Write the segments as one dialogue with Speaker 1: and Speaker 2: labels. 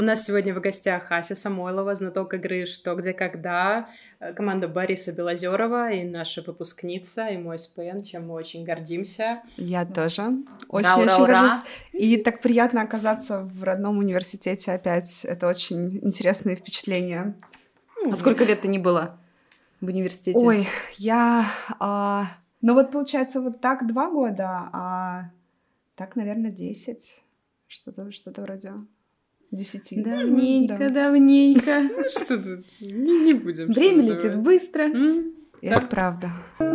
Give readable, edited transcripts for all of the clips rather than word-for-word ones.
Speaker 1: нас сегодня в гостях Ася Самойлова, знаток игры «Что, где, когда», команда Бориса Белозерова и наша выпускница, и мой СПН, чем мы очень гордимся.
Speaker 2: Я тоже очень горжусь. И так приятно оказаться в родном университете опять. Это очень интересные впечатления.
Speaker 3: А сколько лет ты не была в университете?
Speaker 2: Ой, я... ну вот получается вот так 2 года, а так, наверное, 10. Что-то вроде 10.
Speaker 3: Давненько, давненько.
Speaker 1: Ну что тут, не будем.
Speaker 3: Время летит быстро.
Speaker 2: Это правда.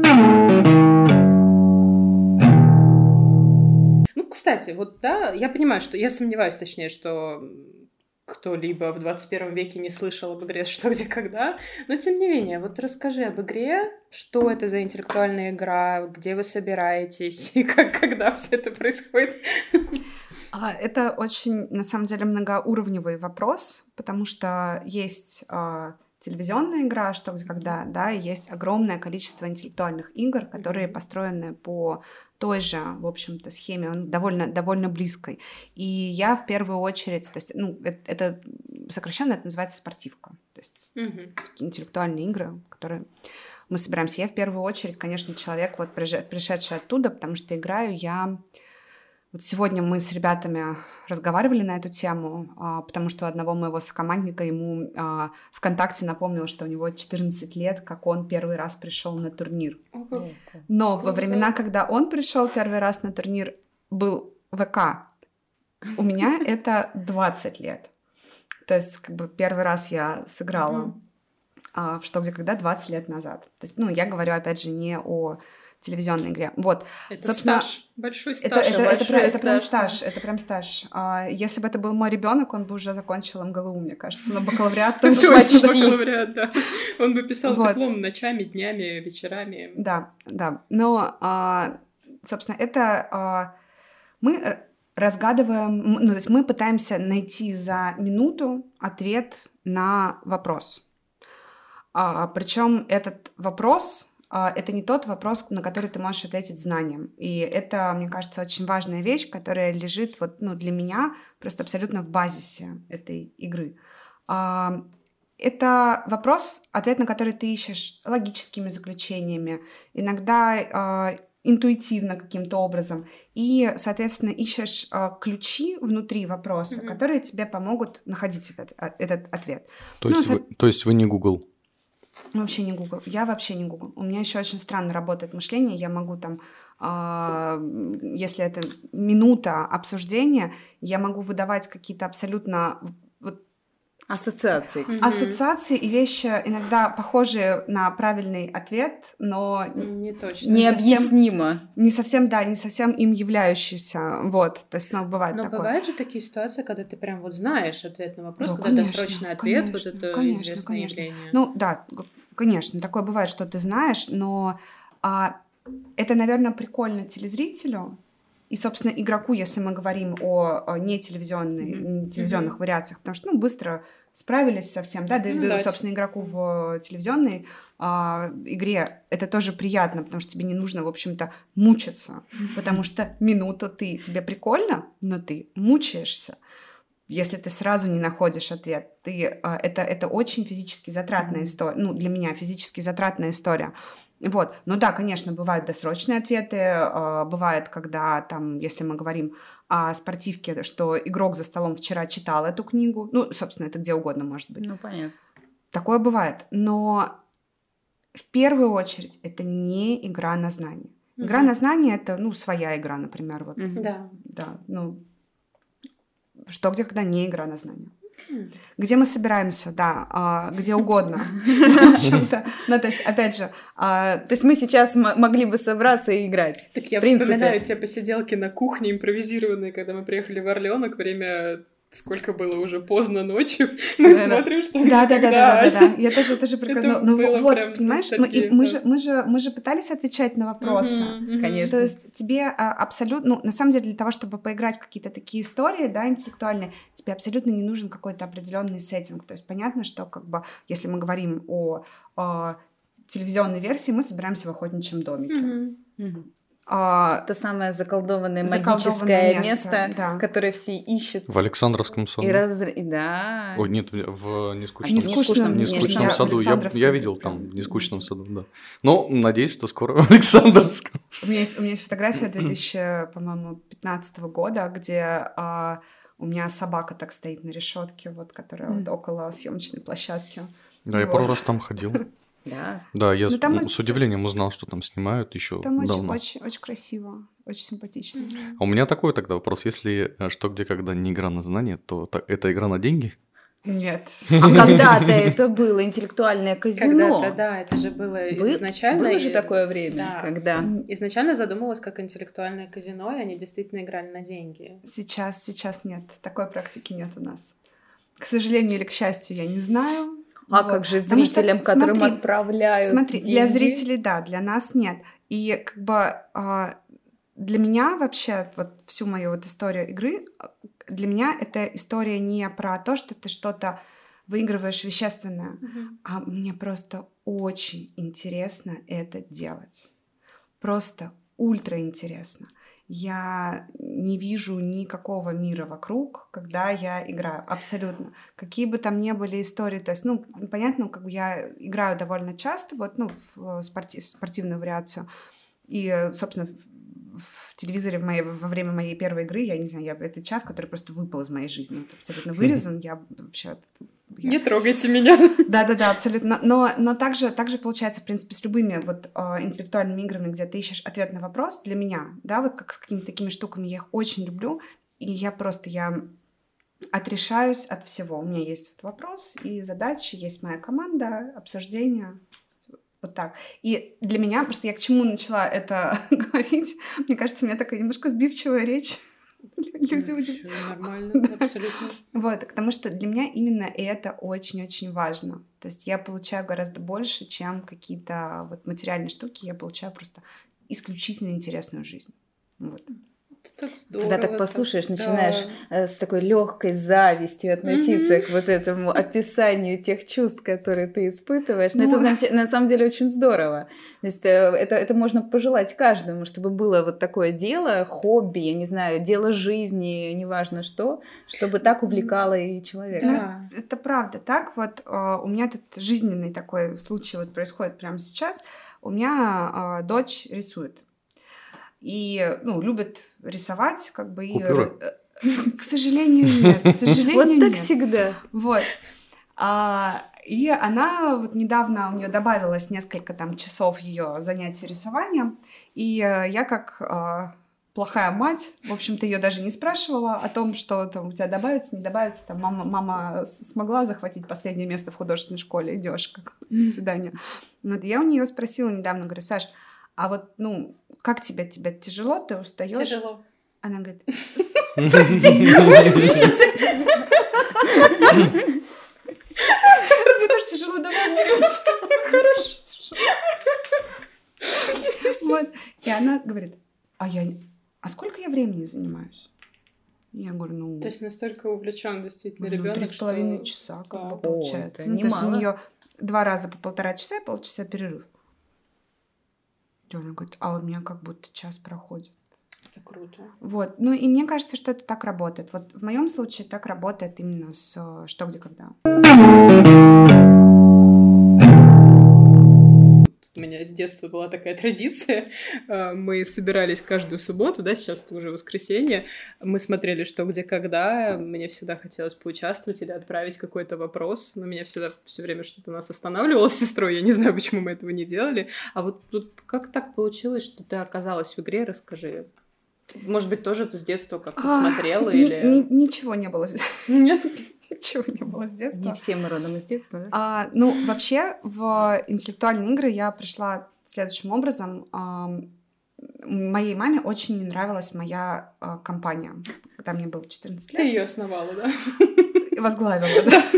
Speaker 1: Ну, кстати, вот да, я понимаю, что... Я сомневаюсь, точнее, что кто-либо в 21 веке не слышал об игре «Что, где, когда», но тем не менее, вот расскажи об игре, что это за интеллектуальная игра, где вы собираетесь и когда все это происходит.
Speaker 2: Это очень, на самом деле, многоуровневый вопрос, потому что есть телевизионная игра «Что, где, когда», да, и есть огромное количество интеллектуальных игр, которые построены по той же, в общем-то, схеме, довольно близкой. И я в первую очередь, то есть, ну, это сокращенно это называется спортивка, то есть интеллектуальные игры, которые мы собираемся. Я в первую очередь, конечно, человек, вот пришедший оттуда, потому что играю я... Вот сегодня мы с ребятами разговаривали на эту тему, потому что у одного моего сокомандника ему ВКонтакте напомнил, что у него 14 лет, как он первый раз пришел на турнир. Но во времена, когда он пришел первый раз на турнир, был ВК. У меня это 20 лет. То есть, как бы первый раз я сыграла в «Что, где, когда» 20 лет назад. То есть, ну, я говорю, опять же, не о телевизионной игре. Вот.
Speaker 1: Это
Speaker 2: собственно,
Speaker 1: стаж, большой стаж.
Speaker 2: Это прям стаж. Если бы это был мой ребенок, он бы уже закончил МГЛУ, мне кажется, но бакалавриат тоже
Speaker 1: бакалавриат, да. Он бы писал диплом ночами, днями, вечерами.
Speaker 2: Да. Но, собственно, это мы разгадываем, ну, то есть мы пытаемся найти за минуту ответ на вопрос. Причем этот вопрос... это не тот вопрос, на который ты можешь ответить знанием. И это, мне кажется, очень важная вещь, которая лежит вот, ну, для меня просто абсолютно в базисе этой игры. Это вопрос, ответ на который ты ищешь логическими заключениями, иногда интуитивно каким-то образом. И, соответственно, ищешь ключи внутри вопроса, которые тебе помогут находить этот ответ.
Speaker 4: То есть вы не Google?
Speaker 2: Вообще не Google. Я вообще не Google. У меня еще очень странно работает мышление. Я могу там, если это минута обсуждения, я могу выдавать какие-то абсолютно вот, ассоциации и вещи, иногда похожие на правильный ответ, но
Speaker 1: не точно.
Speaker 3: Необъяснимо.
Speaker 2: Не совсем им являющиеся. Вот. То есть, бывает такое.
Speaker 1: Но бывают же такие ситуации, когда ты прям вот знаешь ответ на вопрос, когда это срочный ответ, вот это известное явление.
Speaker 2: Ну, да, конечно, такое бывает, что ты знаешь, но это, наверное, прикольно телезрителю и, собственно, игроку, если мы говорим о не телевизионных вариациях, потому что, быстро справились со всем, да, собственно, игроку в телевизионной игре это тоже приятно, потому что тебе не нужно, в общем-то, мучиться, потому что минуту тебе прикольно, но ты мучаешься. Если ты сразу не находишь ответ, это очень физически затратная история. Ну, для меня физически затратная история. Вот. Ну да, конечно, бывают досрочные ответы, бывает, когда, там, если мы говорим о спортивке, что игрок за столом вчера читал эту книгу. Ну, собственно, это где угодно может быть.
Speaker 3: Ну, понятно.
Speaker 2: Такое бывает. Но в первую очередь это не игра на знание. Игра на знание — это, своя игра, например. Вот.
Speaker 1: Да.
Speaker 2: Да, «Что, где, когда» не игра на знание. Где мы собираемся, да, где угодно. В общем-то. Ну, то есть, опять же...
Speaker 3: То есть мы сейчас могли бы собраться и играть.
Speaker 1: Так я вспоминаю те посиделки на кухне импровизированные, когда мы приехали в Орленок, время... Сколько было уже поздно ночью. Мы смотрим, что
Speaker 2: да. Я тоже прекрасно. Ну вот, понимаешь, мы же пытались отвечать на вопросы.
Speaker 3: Конечно.
Speaker 2: То есть тебе абсолютно... на самом деле, для того, чтобы поиграть в какие-то такие истории, да, интеллектуальные, тебе абсолютно не нужен какой-то определенный сеттинг. То есть понятно, что, как бы, если мы говорим о телевизионной версии, мы собираемся в охотничьем домике.
Speaker 3: То самое заколдованное магическое место,
Speaker 2: да.
Speaker 3: которое все ищут.
Speaker 4: В Александровском саду.
Speaker 3: Да.
Speaker 4: Ой, нет, в
Speaker 3: Нескучном
Speaker 4: саду.
Speaker 2: Александровском,
Speaker 4: Я видел там в Нескучном саду, да. Но надеюсь, что скоро в Александровском.
Speaker 2: У меня есть фотография 2015 года, где у меня собака так стоит на решетке, вот, которая вот около съемочной площадки.
Speaker 4: Да, я пару раз там ходил.
Speaker 3: Да.
Speaker 4: Да, я с удивлением узнал, что там снимают еще
Speaker 2: там
Speaker 4: давно.
Speaker 2: очень красиво, очень симпатично.
Speaker 4: А у меня такой тогда вопрос. Если «Что, где, когда» не игра на знание, то это игра на деньги?
Speaker 2: Нет.
Speaker 3: А когда-то это было интеллектуальное казино.
Speaker 1: Когда-то, да, это же было изначально...
Speaker 3: Было же такое время,
Speaker 1: да,
Speaker 3: когда...
Speaker 1: Изначально задумывалось как интеллектуальное казино, и они действительно играли на деньги.
Speaker 2: Сейчас нет. Такой практики нет у нас. К сожалению или к счастью, я не знаю.
Speaker 3: А как же зрителям,
Speaker 2: что,
Speaker 3: которым отправляют
Speaker 2: Смотри,
Speaker 3: деньги?
Speaker 2: для зрителей, да, для нас нет. И как бы для меня вообще вот всю мою вот историю игры, для меня эта история не про то, что ты что-то выигрываешь вещественное, а мне просто очень интересно это делать. Просто ультра интересно. Я не вижу никакого мира вокруг, когда я играю, абсолютно. Какие бы там ни были истории, то есть, ну, понятно, как бы я играю довольно часто, вот, ну, в спортивную вариацию, и, собственно, в телевизоре во время моей первой игры, я не знаю, это час, который просто выпал из моей жизни, вот, абсолютно вырезан, я вообще...
Speaker 1: Не трогайте меня.
Speaker 2: Да, абсолютно. Но также получается, в принципе, с любыми вот интеллектуальными играми, где ты ищешь ответ на вопрос, для меня, да, вот как с какими-то такими штуками, я их очень люблю, и я отрешаюсь от всего. У меня есть вот вопрос и задачи, есть моя команда, обсуждение, вот так. И для меня, потому что я к чему начала это говорить, мне кажется, у меня такая немножко сбивчивая речь. Люди
Speaker 1: удивляются. Нормально, абсолютно.
Speaker 2: Вот, потому что для меня именно это очень-очень важно. То есть я получаю гораздо больше, чем какие-то вот материальные штуки. Я получаю просто исключительно интересную жизнь. Вот.
Speaker 1: Так здорово,
Speaker 3: тебя так послушаешь, начинаешь с такой легкой завистью относиться к вот этому описанию тех чувств, которые ты испытываешь. Но это на самом деле очень здорово. То есть это можно пожелать каждому, чтобы было вот такое дело, хобби, я не знаю, дело жизни, неважно что, чтобы так увлекало и человека.
Speaker 2: Да. Это правда так. Вот у меня тут жизненный такой случай вот происходит прямо сейчас. У меня дочь рисует. И, ну, любит рисовать, как бы...
Speaker 4: Купюры?
Speaker 2: К сожалению, нет. К сожалению,
Speaker 3: вот так
Speaker 2: нет.
Speaker 3: всегда.
Speaker 2: Вот. И она вот недавно, у нее добавилось несколько там часов ее занятий рисованием, и я как плохая мать, в общем-то, ее даже не спрашивала о том, что там у тебя добавится, не добавится, там мама смогла захватить последнее место в художественной школе, идешь как до свидания. Вот я у нее спросила недавно, говорю: Саш, а вот, ну, как тебе тяжело, ты устаешь?
Speaker 1: Тяжело.
Speaker 2: Она говорит: мне тоже тяжело, давай миримся. Хорошо, тяжело. Вот. И она говорит: а сколько я времени занимаюсь? Я говорю,
Speaker 1: То есть настолько увлечен действительно ребенок,
Speaker 2: 3,5 часа, как бы, получается.
Speaker 3: Это
Speaker 2: Ну, то есть у
Speaker 3: немало.
Speaker 2: нее 2 раза по 1,5 часа и полчаса перерыв. И она говорит: а у меня как будто час проходит.
Speaker 1: Это круто.
Speaker 2: Вот. Ну, и мне кажется, что это так работает. Вот в моем случае так работает именно с «Что, где, когда».
Speaker 1: У меня с детства была такая традиция. Мы собирались каждую субботу, да, сейчас это уже воскресенье. Мы смотрели «Что, где, когда». Мне всегда хотелось поучаствовать или отправить какой-то вопрос. Но меня всегда все время что-то нас останавливало с сестрой. Я не знаю, почему мы этого не делали. А вот тут как так получилось, что ты оказалась в игре? Расскажи. Может быть, тоже ты с детства как-то смотрела или...
Speaker 2: Ничего не было.
Speaker 1: Нет?
Speaker 2: Ничего не было с детства.
Speaker 3: Не все мы родом из детства, да?
Speaker 2: Ну, вообще, в интеллектуальные игры я пришла следующим образом. Моей маме очень не нравилась моя компания, когда мне было 14 лет.
Speaker 1: Ты ее основала, да?
Speaker 2: Возглавила, да.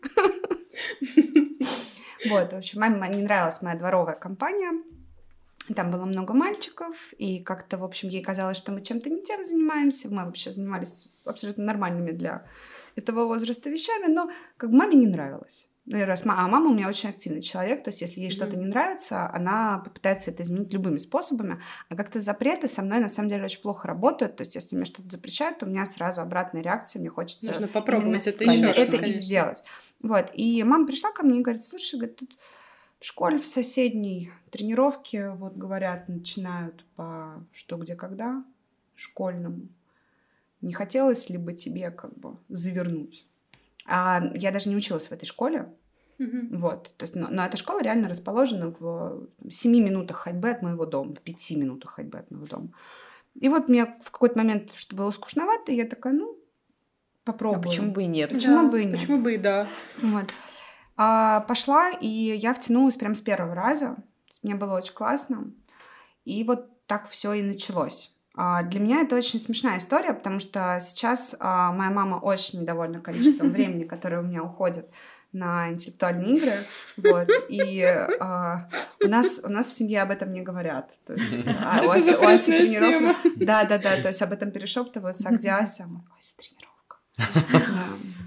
Speaker 2: Вот, в общем, маме не нравилась моя дворовая компания. Там было много мальчиков, и как-то, в общем, ей казалось, что мы чем-то не тем занимаемся. Мы вообще занимались абсолютно нормальными для этого возраста вещами, но как бы маме не нравилось. Ну, а мама у меня очень активный человек, то есть если ей что-то не нравится, она попытается это изменить любыми способами, а как-то запреты со мной на самом деле очень плохо работают, то есть если мне что-то запрещают, то у меня сразу обратная реакция, мне хочется
Speaker 1: нужно попробовать это
Speaker 2: еще
Speaker 1: еще
Speaker 2: это и сделать. Вот, и мама пришла ко мне и говорит: слушай, говорит, тут в школе в соседней тренировке, вот говорят, начинают по что, где, когда школьному. Не хотелось ли бы тебе как бы завернуть? А я даже не училась в этой школе. Вот. То есть, но эта школа реально расположена в 7 минутах ходьбы от моего дома, в 5 минутах ходьбы от моего дома. И вот мне в какой-то момент, что было скучновато, я такая, ну, попробую.
Speaker 3: А почему бы и нет?
Speaker 2: Почему бы и нет?
Speaker 1: Почему бы и да.
Speaker 2: Вот. Пошла, и я втянулась прям с первого раза. Мне было очень классно. И вот так все и началось. Для меня это очень смешная история, потому что сейчас моя мама очень недовольна количеством времени, которое у меня уходит на интеллектуальные игры. Вот. И у нас в семье об этом не говорят. То есть,
Speaker 1: это запретная тема.
Speaker 2: Да. То есть об этом перешептываются, а где Ася? Ася, тренировка.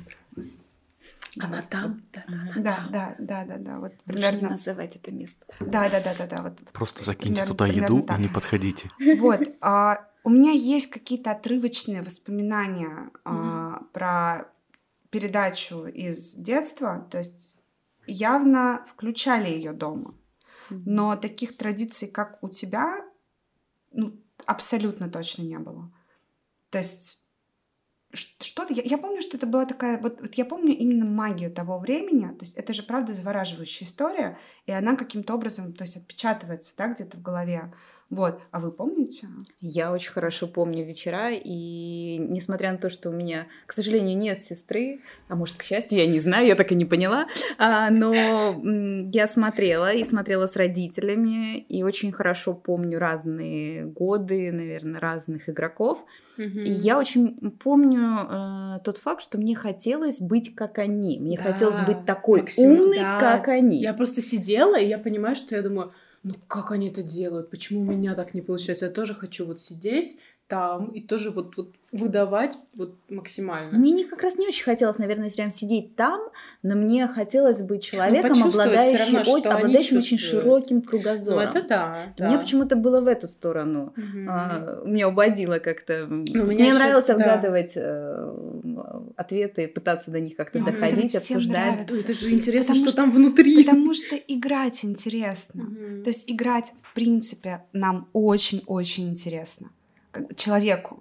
Speaker 3: Она там?
Speaker 2: Да. Вот
Speaker 3: примерно не называть это место.
Speaker 2: Да. Вот,
Speaker 4: просто закиньте туда еду
Speaker 2: так.
Speaker 4: И не подходите.
Speaker 2: Вот. У меня есть какие-то отрывочные воспоминания про передачу из детства. То есть явно включали ее дома. Но таких традиций, как у тебя, абсолютно точно не было. То есть что-то... Я помню, что это была такая... Вот я помню именно магию того времени. То есть это же, правда, завораживающая история, и она каким-то образом, то есть отпечатывается, да, где-то в голове. Вот. А вы помните?
Speaker 3: Я очень хорошо помню вечера, и несмотря на то, что у меня, к сожалению, нет сестры, а может, к счастью, я не знаю, я так и не поняла, но я смотрела с родителями, и очень хорошо помню разные годы, наверное, разных игроков. И я очень помню тот факт, что мне хотелось быть как они. Мне хотелось быть такой умной, как они.
Speaker 1: Я просто сидела, и я понимаю, что я думаю, как они это делают? Почему у меня так не получается? Я тоже хочу вот сидеть там и тоже вот выдавать вот максимально.
Speaker 3: Мне как раз не очень хотелось, наверное, прям сидеть там, но мне хотелось быть человеком, обладающим очень широким кругозором.
Speaker 1: Это да.
Speaker 3: Мне почему-то было в эту сторону. Меня уводило как-то. Мне нравилось отгадывать ответы, пытаться до них как-то доходить, обсуждать.
Speaker 1: Это же интересно, что там внутри.
Speaker 2: Потому что играть интересно. То есть играть, в принципе, нам очень-очень интересно. Человеку.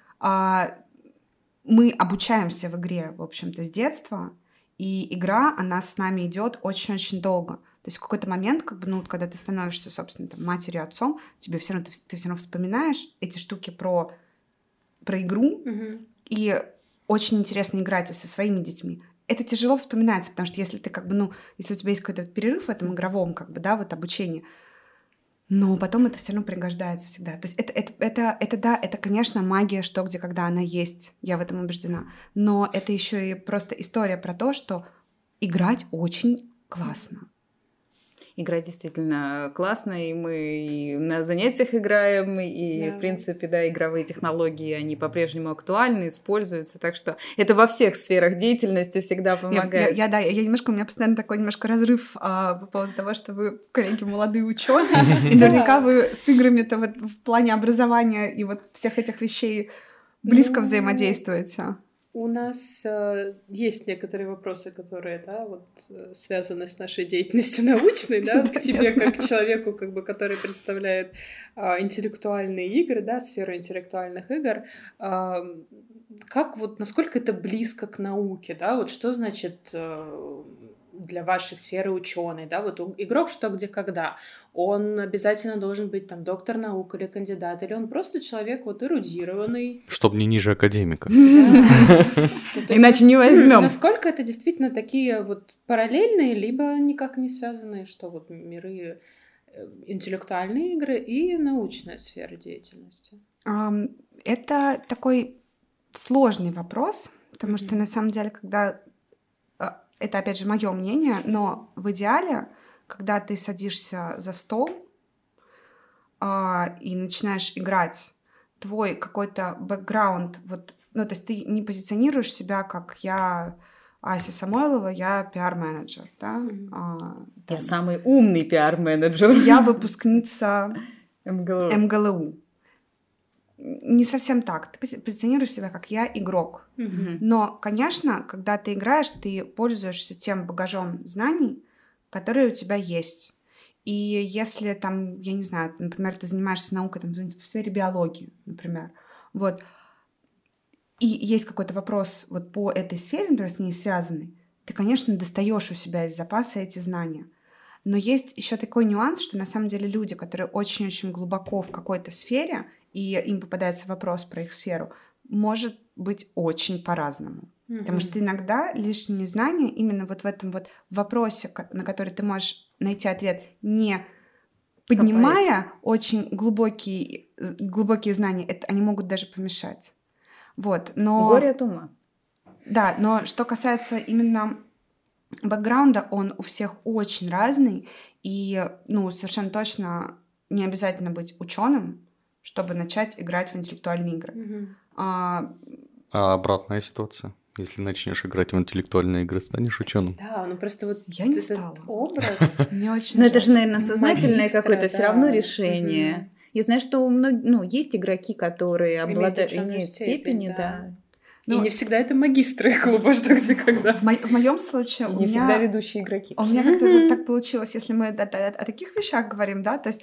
Speaker 2: Мы обучаемся в игре, в общем-то, с детства, и игра, она с нами идет очень-очень долго. То есть в какой-то момент, когда ты становишься, собственно, там, матерью, отцом, тебе все равно, ты все равно вспоминаешь эти штуки про игру, и очень интересно играть и со своими детьми. Это тяжело вспоминается, потому что если ты если у тебя есть какой-то перерыв в этом игровом, обучении, но потом это все равно пригождается всегда. То есть это, конечно, магия, что, где, когда она есть. Я в этом убеждена. Но это еще и просто история про то, что играть очень классно.
Speaker 3: Играть действительно классно, и мы и на занятиях играем, и, в принципе, да, игровые технологии, они по-прежнему актуальны, используются, так что это во всех сферах деятельности всегда помогает.
Speaker 2: Я немножко, у меня постоянно такой немножко разрыв по поводу того, что вы, коллеги, молодые ученые, и наверняка вы с играми-то вот в плане образования и вот всех этих вещей близко взаимодействуете.
Speaker 1: У нас есть некоторые вопросы, которые, связаны с нашей деятельностью научной, к тебе как к человеку, который представляет интеллектуальные игры, сферу интеллектуальных игр. Насколько это близко к науке, что значит для вашей сферы ученый, игрок что, где, когда, он обязательно должен быть доктор наук или кандидат, или он просто человек эрудированный.
Speaker 4: Чтоб не ниже академика.
Speaker 3: Иначе не возьмем.
Speaker 1: Насколько это действительно такие параллельные, либо никак не связанные, что миры интеллектуальные игры и научная сфера деятельности?
Speaker 2: Это такой сложный вопрос, потому что на самом деле, когда... Это, опять же, мое мнение, но в идеале, когда ты садишься за стол и начинаешь играть, твой какой-то бэкграунд, то есть ты не позиционируешь себя как я Ася Самойлова, я пиар-менеджер, да?
Speaker 3: Я самый умный пиар-менеджер.
Speaker 2: Я выпускница
Speaker 3: МГЛУ.
Speaker 2: МГЛУ. Не совсем так. Ты позиционируешь себя как я игрок. Но, конечно, когда ты играешь, ты пользуешься тем багажом знаний, которые у тебя есть. И если там, я не знаю, например, ты занимаешься наукой там, в сфере биологии, например, вот, и есть какой-то вопрос вот по этой сфере, например, с ней связанный, ты, конечно, достаешь у себя из запаса эти знания. Но есть еще такой нюанс, что на самом деле люди, которые очень-очень глубоко в какой-то сфере, и им попадается вопрос про их сферу, может быть очень по-разному. Потому что иногда лишние знания именно вот в этом вот вопросе, на который ты можешь найти ответ, не поднимая очень глубокие знания, они могут даже помешать. Вот, но...
Speaker 3: Горе от ума.
Speaker 2: Да, но что касается именно бэкграунда, он у всех очень разный, и, совершенно точно не обязательно быть ученым, чтобы начать играть в интеллектуальные игры.
Speaker 4: А обратная ситуация? Если начнешь играть в интеллектуальные игры, станешь ученым.
Speaker 1: Да, просто вот
Speaker 2: я не
Speaker 1: этот
Speaker 2: стала.
Speaker 1: Образ.
Speaker 2: Мне очень.
Speaker 3: Но это же, наверное, сознательное
Speaker 1: Магистра,
Speaker 3: какое-то все
Speaker 1: да.
Speaker 3: равно решение. Я знаю, что у многих, есть игроки, которые имеют степени, да.
Speaker 1: И не всегда это магистры клуба «Что, где, когда».
Speaker 2: В моем случае
Speaker 3: не всегда ведущие игроки.
Speaker 2: У меня как-то вот так получилось, если мы о таких вещах говорим, да, то есть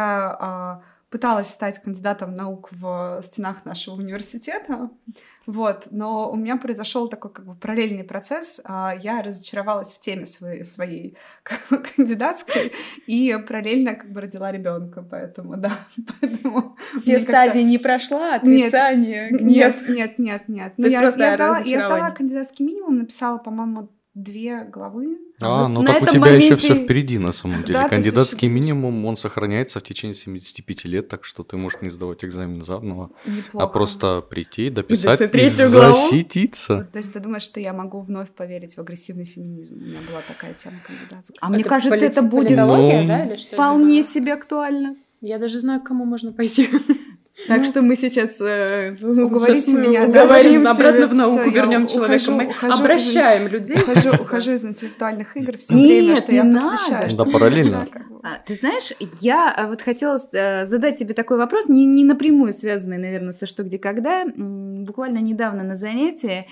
Speaker 2: я пыталась стать кандидатом наук в стенах нашего университета, вот, но у меня произошел такой как бы параллельный процесс, я разочаровалась в теме своей кандидатской и параллельно как бы родила ребенка, поэтому, да, поэтому...
Speaker 3: Все стадии не прошла, отрицание, гнев.
Speaker 2: Нет.
Speaker 3: То есть просто
Speaker 2: Я сдала кандидатский минимум, написала, по-моему, 2 главы.
Speaker 4: Ну так у тебя еще все впереди, на самом деле.
Speaker 2: Да,
Speaker 4: кандидатский минимум, он сохраняется в течение 75 лет, так что ты можешь не сдавать экзамен заново, а просто прийти, дописать и защититься.
Speaker 2: То есть ты думаешь, что я могу вновь поверить в агрессивный феминизм? У меня была такая тема кандидатская.
Speaker 3: А мне кажется, это будет вполне себе актуально.
Speaker 1: Я даже знаю, к кому можно пойти.
Speaker 3: Так что мы сейчас
Speaker 2: уговорите меня,
Speaker 1: уговорим обратно в науку, вернем человека. Мы обращаем людей.
Speaker 2: Ухожу из интеллектуальных игр все время, что я посвящаю.
Speaker 4: Да, параллельно.
Speaker 3: Ты знаешь, я вот хотела задать тебе такой вопрос, не напрямую связанный, наверное, со «Что, где, когда». Буквально недавно на занятии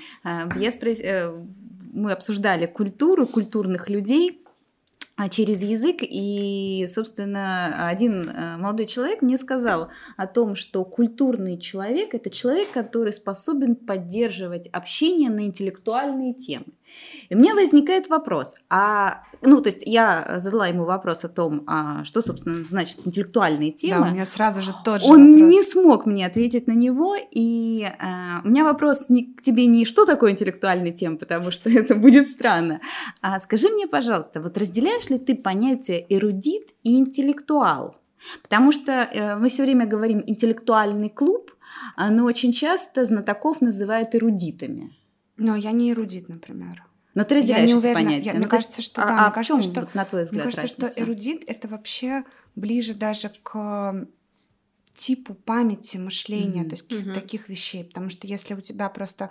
Speaker 3: мы обсуждали культуру, культурных людей через язык, и, собственно, один молодой человек мне сказал о том, что культурный человек – это человек, который способен поддерживать общение на интеллектуальные темы. И у меня возникает вопрос, то есть я задала ему вопрос о том, что, собственно, значит интеллектуальные темы.
Speaker 2: Да, у меня сразу же тот же
Speaker 3: Он
Speaker 2: вопрос.
Speaker 3: не смог мне ответить на него, и у меня вопрос к тебе не что такое интеллектуальные темы, потому что это будет странно. Скажи мне, пожалуйста, вот разделяешь ли ты понятие эрудит и интеллектуал? Потому что мы все время говорим интеллектуальный клуб, но очень часто знатоков называют эрудитами.
Speaker 2: Но я не эрудит, например.
Speaker 3: Но ты разделяешь эти понятия.
Speaker 2: Мне кажется, что да.
Speaker 3: В чем, на твой взгляд,
Speaker 2: мне кажется,
Speaker 3: разница?
Speaker 2: что эрудит — это вообще ближе даже к типу памяти, мышления, то есть каких-то таких вещей. Потому что если у тебя просто...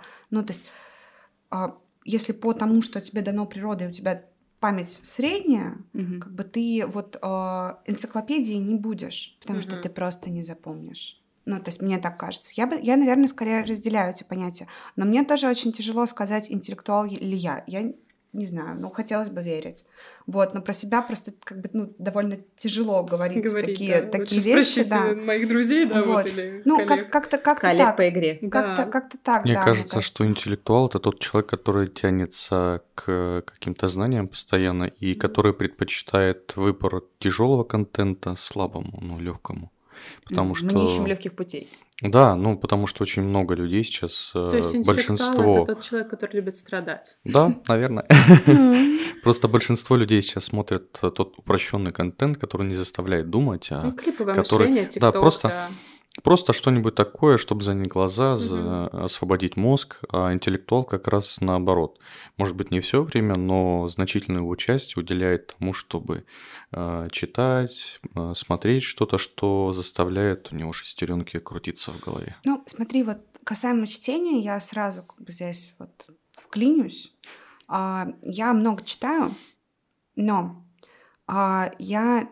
Speaker 2: если по тому, что тебе дано природой, у тебя память средняя, как бы ты энциклопедии не будешь, потому что ты просто не запомнишь. То есть мне так кажется. Я, наверное, скорее разделяю эти понятия. Но мне тоже очень тяжело сказать, интеллектуал ли я. Я не знаю, хотелось бы верить. Вот, но про себя просто довольно тяжело говорить такие вещи.
Speaker 1: Спросите моих друзей, или коллег.
Speaker 2: Как-то
Speaker 3: коллег
Speaker 2: так.
Speaker 3: по игре.
Speaker 2: Как-то так,
Speaker 4: Мне кажется, что интеллектуал — это тот человек, который тянется к каким-то знаниям постоянно и который предпочитает выбор тяжелого контента слабому, легкому. Потому что...
Speaker 3: Мы не ищем легких путей.
Speaker 4: Да, потому что очень много людей сейчас,
Speaker 1: То есть
Speaker 4: большинство...
Speaker 1: это тот человек, который любит страдать.
Speaker 4: Да, наверное. Просто большинство людей сейчас смотрят тот упрощенный контент, который не заставляет думать,
Speaker 1: клиповое
Speaker 4: который...
Speaker 1: мышление, TikTok,
Speaker 4: Просто что-нибудь такое, чтобы занять глаза, освободить мозг, а интеллектуал как раз наоборот. Может быть, не все время, но значительную его часть уделяет тому, чтобы читать, смотреть что-то, что заставляет у него шестеренки крутиться в голове.
Speaker 2: Смотри, касаемо чтения, я сразу здесь вклинюсь. Я много читаю, но я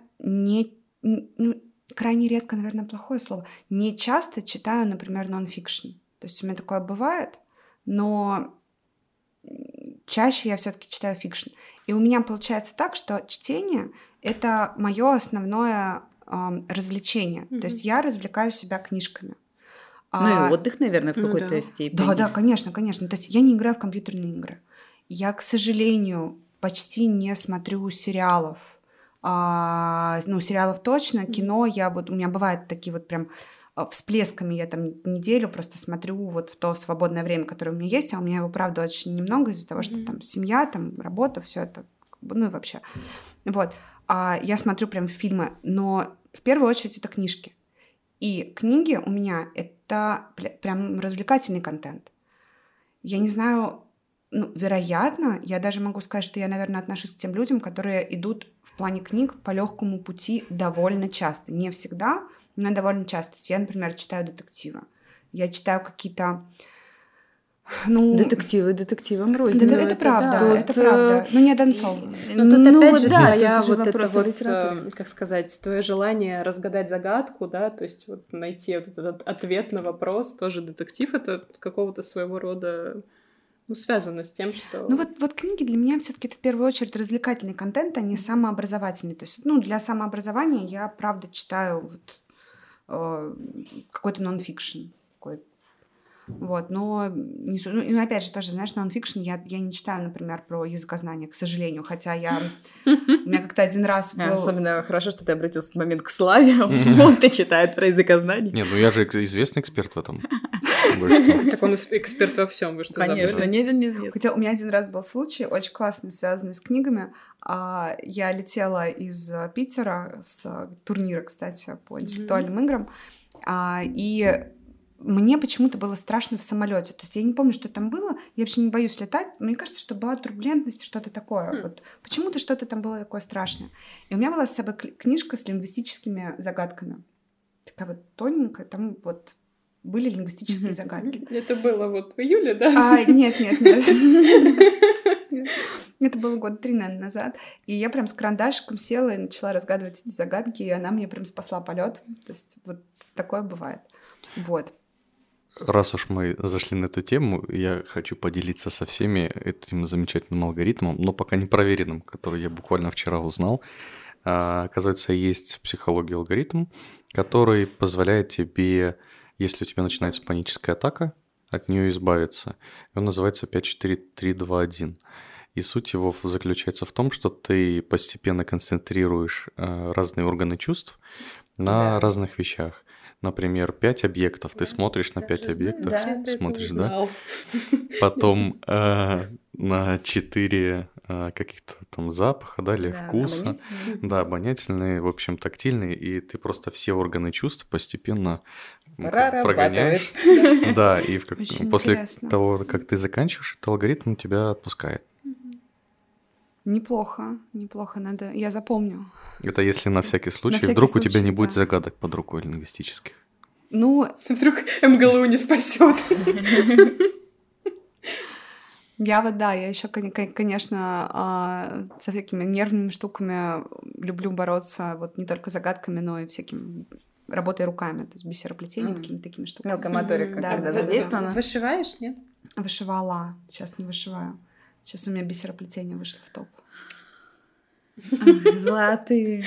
Speaker 2: крайне редко, наверное, плохое слово, не часто читаю, например, нон-фикшн. То есть у меня такое бывает, но чаще я все-таки читаю фикшн. И у меня получается так, что чтение — это мое основное развлечение. То есть я развлекаю себя книжками.
Speaker 3: Ну и отдых, наверное, в какой-то степени.
Speaker 2: Да, конечно. То есть я не играю в компьютерные игры. Я, к сожалению, почти не смотрю сериалов. Сериалов точно, кино у меня бывают такие вот прям всплесками, я там неделю просто смотрю вот в то свободное время, которое у меня есть, а у меня его, правда, очень немного из-за того, что там семья, там работа, все это, ну и вообще. Вот. Я смотрю прям фильмы, но в первую очередь это книжки. И книги у меня — это прям развлекательный контент. Я не знаю, вероятно, я даже могу сказать, что я, наверное, отношусь к тем людям, которые идут в плане книг по легкому пути довольно часто. Не всегда, но довольно часто. Я, например, читаю детективы. Я читаю какие-то...
Speaker 3: Детективы детективам рознь.
Speaker 2: Это правда, это правда. Но не Донцова.
Speaker 1: Тут опять же твоя
Speaker 3: вот это вот,
Speaker 1: как сказать, твое желание разгадать загадку, да, то есть вот найти вот этот ответ на вопрос, тоже детектив, это какого-то своего рода связано с тем, что...
Speaker 2: Вот книги для меня все-таки это в первую очередь развлекательный контент, а не самообразовательный. То есть, для самообразования я, правда, читаю какой-то нон-фикшн. Вот, но опять же, тоже, знаешь, нон-фикшн я не читаю, например, про языкознание, к сожалению, хотя у меня как-то один раз был...
Speaker 3: Особенно хорошо, что ты обратился в этот момент к Славе, он-то читает про языкознание.
Speaker 4: Нет, я же известный эксперт в этом.
Speaker 1: Так он эксперт во всем, вы что, забыли?
Speaker 3: Конечно, нет.
Speaker 2: Хотя у меня один раз был случай, очень классный, связанный с книгами. Я летела из Питера с турнира, кстати, по интеллектуальным играм, и мне почему-то было страшно в самолете. То есть я не помню, что там было. Я вообще не боюсь летать. Мне кажется, что была турбулентность, что-то такое. Вот почему-то что-то там было такое страшное. И у меня была с собой книжка с лингвистическими загадками. Такая вот тоненькая. Там вот были лингвистические загадки.
Speaker 1: Это было вот в июле, да?
Speaker 2: Нет. Это было 3 года, наверное, назад. И я прям с карандашиком села и начала разгадывать эти загадки, и она мне прям спасла полет. То есть вот такое бывает. Вот.
Speaker 4: Раз уж мы зашли на эту тему, я хочу поделиться со всеми этим замечательным алгоритмом, но пока не проверенным, который я буквально вчера узнал. Оказывается, есть в психологии алгоритм, который позволяет тебе, если у тебя начинается паническая атака, от нее избавиться. Он называется 5-4-3-2-1. И суть его заключается в том, что ты постепенно концентрируешь разные органы чувств на разных вещах. Например, 5 объектов. Ты смотришь на 5 объектов, смотришь, да? Потом на 4 каких-то там запаха, да, или вкуса. Да, обонятельные, в общем, тактильные. И ты просто все органы чувств постепенно прогоняешь. Да, и после того, как ты заканчиваешь, этот алгоритм тебя отпускает.
Speaker 2: Неплохо, надо, я запомню.
Speaker 4: Это если на всякий случай, вдруг у тебя не будет загадок под рукой лингвистических.
Speaker 1: Вдруг МГЛУ не спасет.
Speaker 2: Я еще, конечно, со всякими нервными штуками люблю бороться, вот не только загадками, но и всякими работой руками, то есть бисероплетением, какими-то такими штуками.
Speaker 3: Мелкая моторика, когда задействована.
Speaker 1: Вышиваешь, нет?
Speaker 2: Вышивала, сейчас не вышиваю. Сейчас у меня бисероплетение вышло в топ.
Speaker 3: Золотые.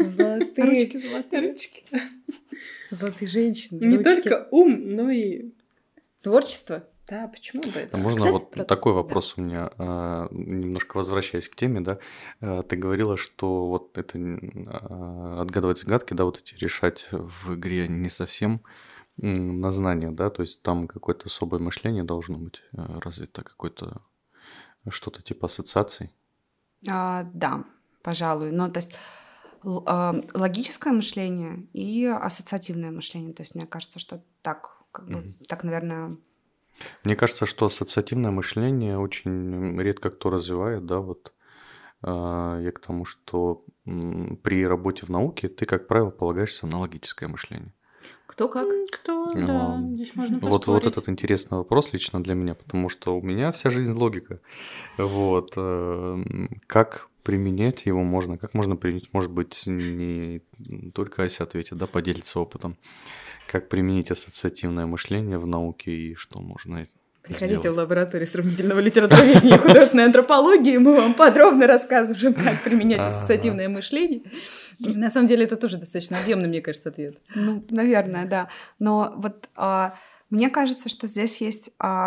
Speaker 2: Ручки.
Speaker 3: Золотые женщины.
Speaker 1: Не только ум, но и...
Speaker 3: Творчество.
Speaker 1: Да, почему бы это?
Speaker 4: Можно такой вопрос у меня, немножко возвращаясь к теме, да? Ты говорила, что вот это отгадывать загадки, да, вот эти решать в игре не совсем на знание, да? То есть там какое-то особое мышление должно быть развито, какое-то... Что-то типа ассоциаций?
Speaker 2: Да, пожалуй. То есть логическое мышление и ассоциативное мышление. То есть мне кажется, что так, наверное...
Speaker 4: Мне кажется, что ассоциативное мышление очень редко кто развивает, да, вот я к тому, что при работе в науке ты, как правило, полагаешься на логическое мышление.
Speaker 3: Кто как?
Speaker 1: Кто, да, здесь можно
Speaker 4: Вот
Speaker 1: поспорить.
Speaker 4: этот интересный вопрос лично для меня, потому что у меня вся жизнь логика. Вот. Как применять его можно? Как можно применить? Может быть, не только Ася ответит, да, поделится опытом. Как применить ассоциативное мышление в науке и что можно
Speaker 3: Приходите
Speaker 4: сделать?
Speaker 3: в лабораторию сравнительного литературоведения и художественной антропологии, мы вам подробно расскажем, как применять ассоциативное мышление. На самом деле это тоже достаточно объемный, мне кажется, ответ.
Speaker 2: Ну, наверное, да. Но вот мне кажется, что здесь есть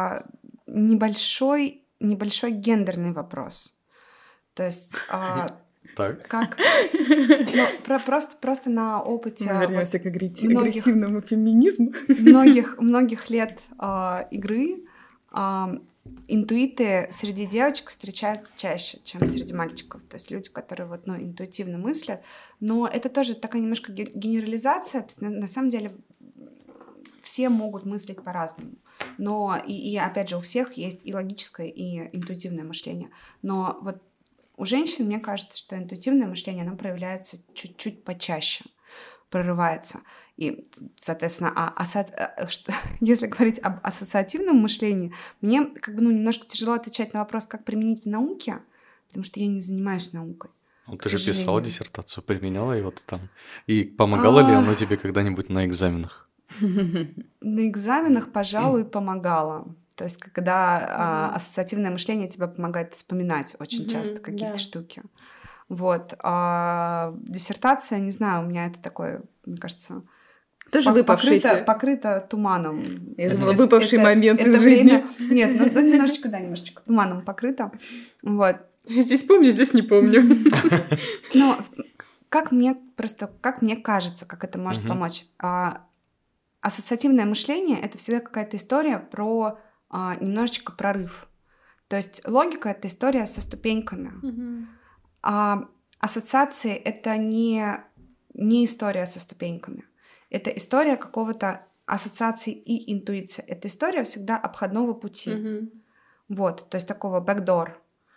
Speaker 2: небольшой гендерный вопрос. То есть
Speaker 4: Так.
Speaker 2: как... Просто на опыте
Speaker 3: Мы вернемся к
Speaker 2: многих-
Speaker 3: агрессивному феминизму.
Speaker 2: многих лет игры интуиты среди девочек встречаются чаще, чем среди мальчиков. То есть люди, которые вот, интуитивно мыслят. Но это тоже такая немножко генерализация. То есть, на самом деле все могут мыслить по-разному. Но и опять же у всех есть и логическое, и интуитивное мышление. Но вот у женщин, мне кажется, что интуитивное мышление, оно проявляется чуть-чуть почаще, прорывается. И, соответственно, если говорить об ассоциативном мышлении, мне немножко тяжело отвечать на вопрос, как применить в науке, потому что я не занимаюсь наукой.
Speaker 4: Ну,
Speaker 2: к
Speaker 4: ты же писала
Speaker 2: сожалению.
Speaker 4: диссертацию, применяла его-то там. И помогало ли оно тебе когда-нибудь на экзаменах?
Speaker 2: На экзаменах, пожалуй, помогало. То есть, когда ассоциативное мышление тебе помогает вспоминать очень часто какие-то
Speaker 1: да.
Speaker 2: штуки. Вот. А диссертация, не знаю, у меня это такое, мне кажется,
Speaker 3: Тоже выпавшийся.
Speaker 2: покрыто туманом.
Speaker 3: Я думала, выпавший момент
Speaker 2: это
Speaker 3: из жизни.
Speaker 2: Нет, ну немножечко туманом покрыто. Вот.
Speaker 1: Здесь помню, здесь не помню.
Speaker 2: Но как мне кажется, как это может помочь. Ассоциативное мышление — это всегда какая-то история про немножечко прорыв. То есть логика — это история со ступеньками. А ассоциации — это не история со ступеньками. Это история какого-то ассоциации и интуиции. Это история всегда обходного пути. Вот, то есть такого backdoor.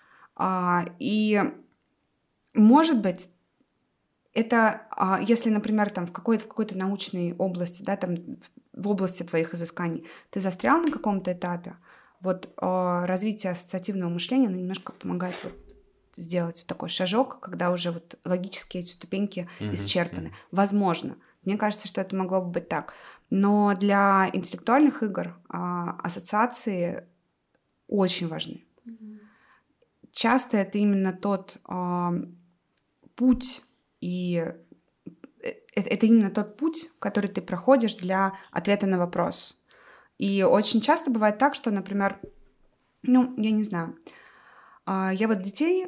Speaker 2: И, может быть, это, если, например, там в какой-то научной области, да, там в области твоих изысканий, ты застрял на каком-то этапе, вот развитие ассоциативного мышления, оно немножко помогает вот сделать вот такой шажок, когда уже вот логически эти ступеньки исчерпаны. Возможно. Мне кажется, что это могло бы быть так. Но для интеллектуальных игр ассоциации очень важны. Часто это именно тот путь, и это именно тот путь, который ты проходишь для ответа на вопрос. И очень часто бывает так, что, например, я не знаю, я вот детей,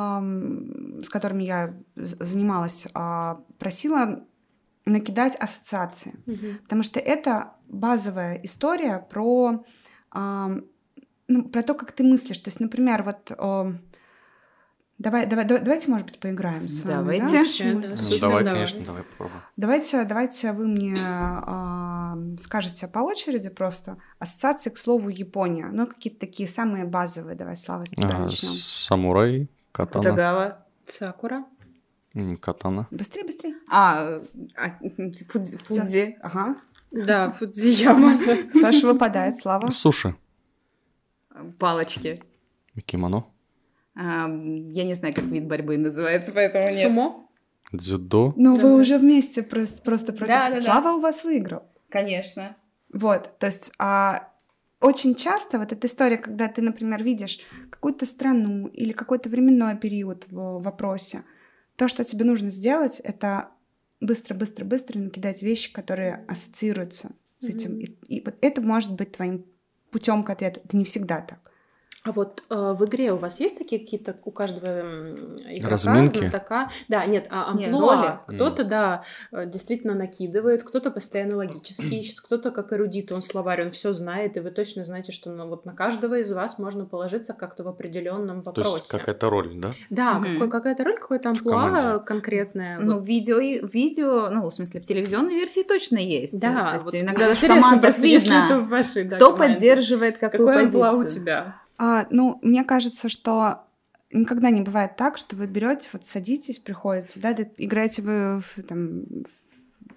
Speaker 2: с которыми я занималась, просила накидать ассоциации, потому что это базовая история про то, как ты мыслишь. То есть, например, вот давайте, может быть, поиграем с вами.
Speaker 3: Давайте.
Speaker 2: Да?
Speaker 4: Давай, конечно, давай попробуем.
Speaker 2: Давайте вы мне скажете по очереди просто ассоциации к слову Япония. Ну, какие-то такие самые базовые. Давай, Слава, с тебя начнем.
Speaker 4: Самурай, катана.
Speaker 3: Футагава.
Speaker 1: Сакура.
Speaker 2: Быстрее.
Speaker 3: Фудзи.
Speaker 2: Ага.
Speaker 1: Да, Фудзияма.
Speaker 2: Саша выпадает, Слава.
Speaker 4: Суши.
Speaker 3: Палочки.
Speaker 4: Кимоно.
Speaker 3: Я не знаю, как вид борьбы называется, поэтому нет.
Speaker 1: Сумо.
Speaker 4: Дзюдо.
Speaker 2: Ну, вы уже вместе просто против...
Speaker 3: Да.
Speaker 2: Слава у вас выиграл.
Speaker 3: Конечно.
Speaker 2: Вот, то есть очень часто вот эта история, когда ты, например, видишь какую-то страну или какой-то временной период в вопросе, то, что тебе нужно сделать, это быстро накидать вещи, которые ассоциируются с этим. И вот это может быть твоим путем к ответу. Это не всегда так.
Speaker 1: А вот в игре у вас есть такие какие-то, у каждого игрока,
Speaker 4: Разминки?
Speaker 1: знатока? Да, нет,
Speaker 3: роли.
Speaker 1: амплуа. Кто-то, да, действительно накидывает, кто-то постоянно логически ищет, кто-то как эрудит, он словарь, он все знает, и вы точно знаете, что вот на каждого из вас можно положиться как-то в определенном
Speaker 4: То
Speaker 1: вопросе.
Speaker 4: есть какая-то роль, да?
Speaker 1: Да, какая-то роль, какое-то амплуа
Speaker 4: команде.
Speaker 1: конкретное.
Speaker 3: Ну, видео, ну, в смысле, в телевизионной версии точно есть.
Speaker 1: Да,
Speaker 3: То есть
Speaker 1: вот
Speaker 3: иногда даже в
Speaker 1: интересно
Speaker 3: командах
Speaker 1: просто, если это
Speaker 3: видно,
Speaker 1: в вашей, да,
Speaker 3: кто
Speaker 1: команде.
Speaker 3: поддерживает какую
Speaker 1: Какой
Speaker 3: позицию.
Speaker 1: амплуа у тебя?
Speaker 2: Ну, мне кажется, что никогда не бывает так, что вы берете, вот садитесь, приходите, да, играете вы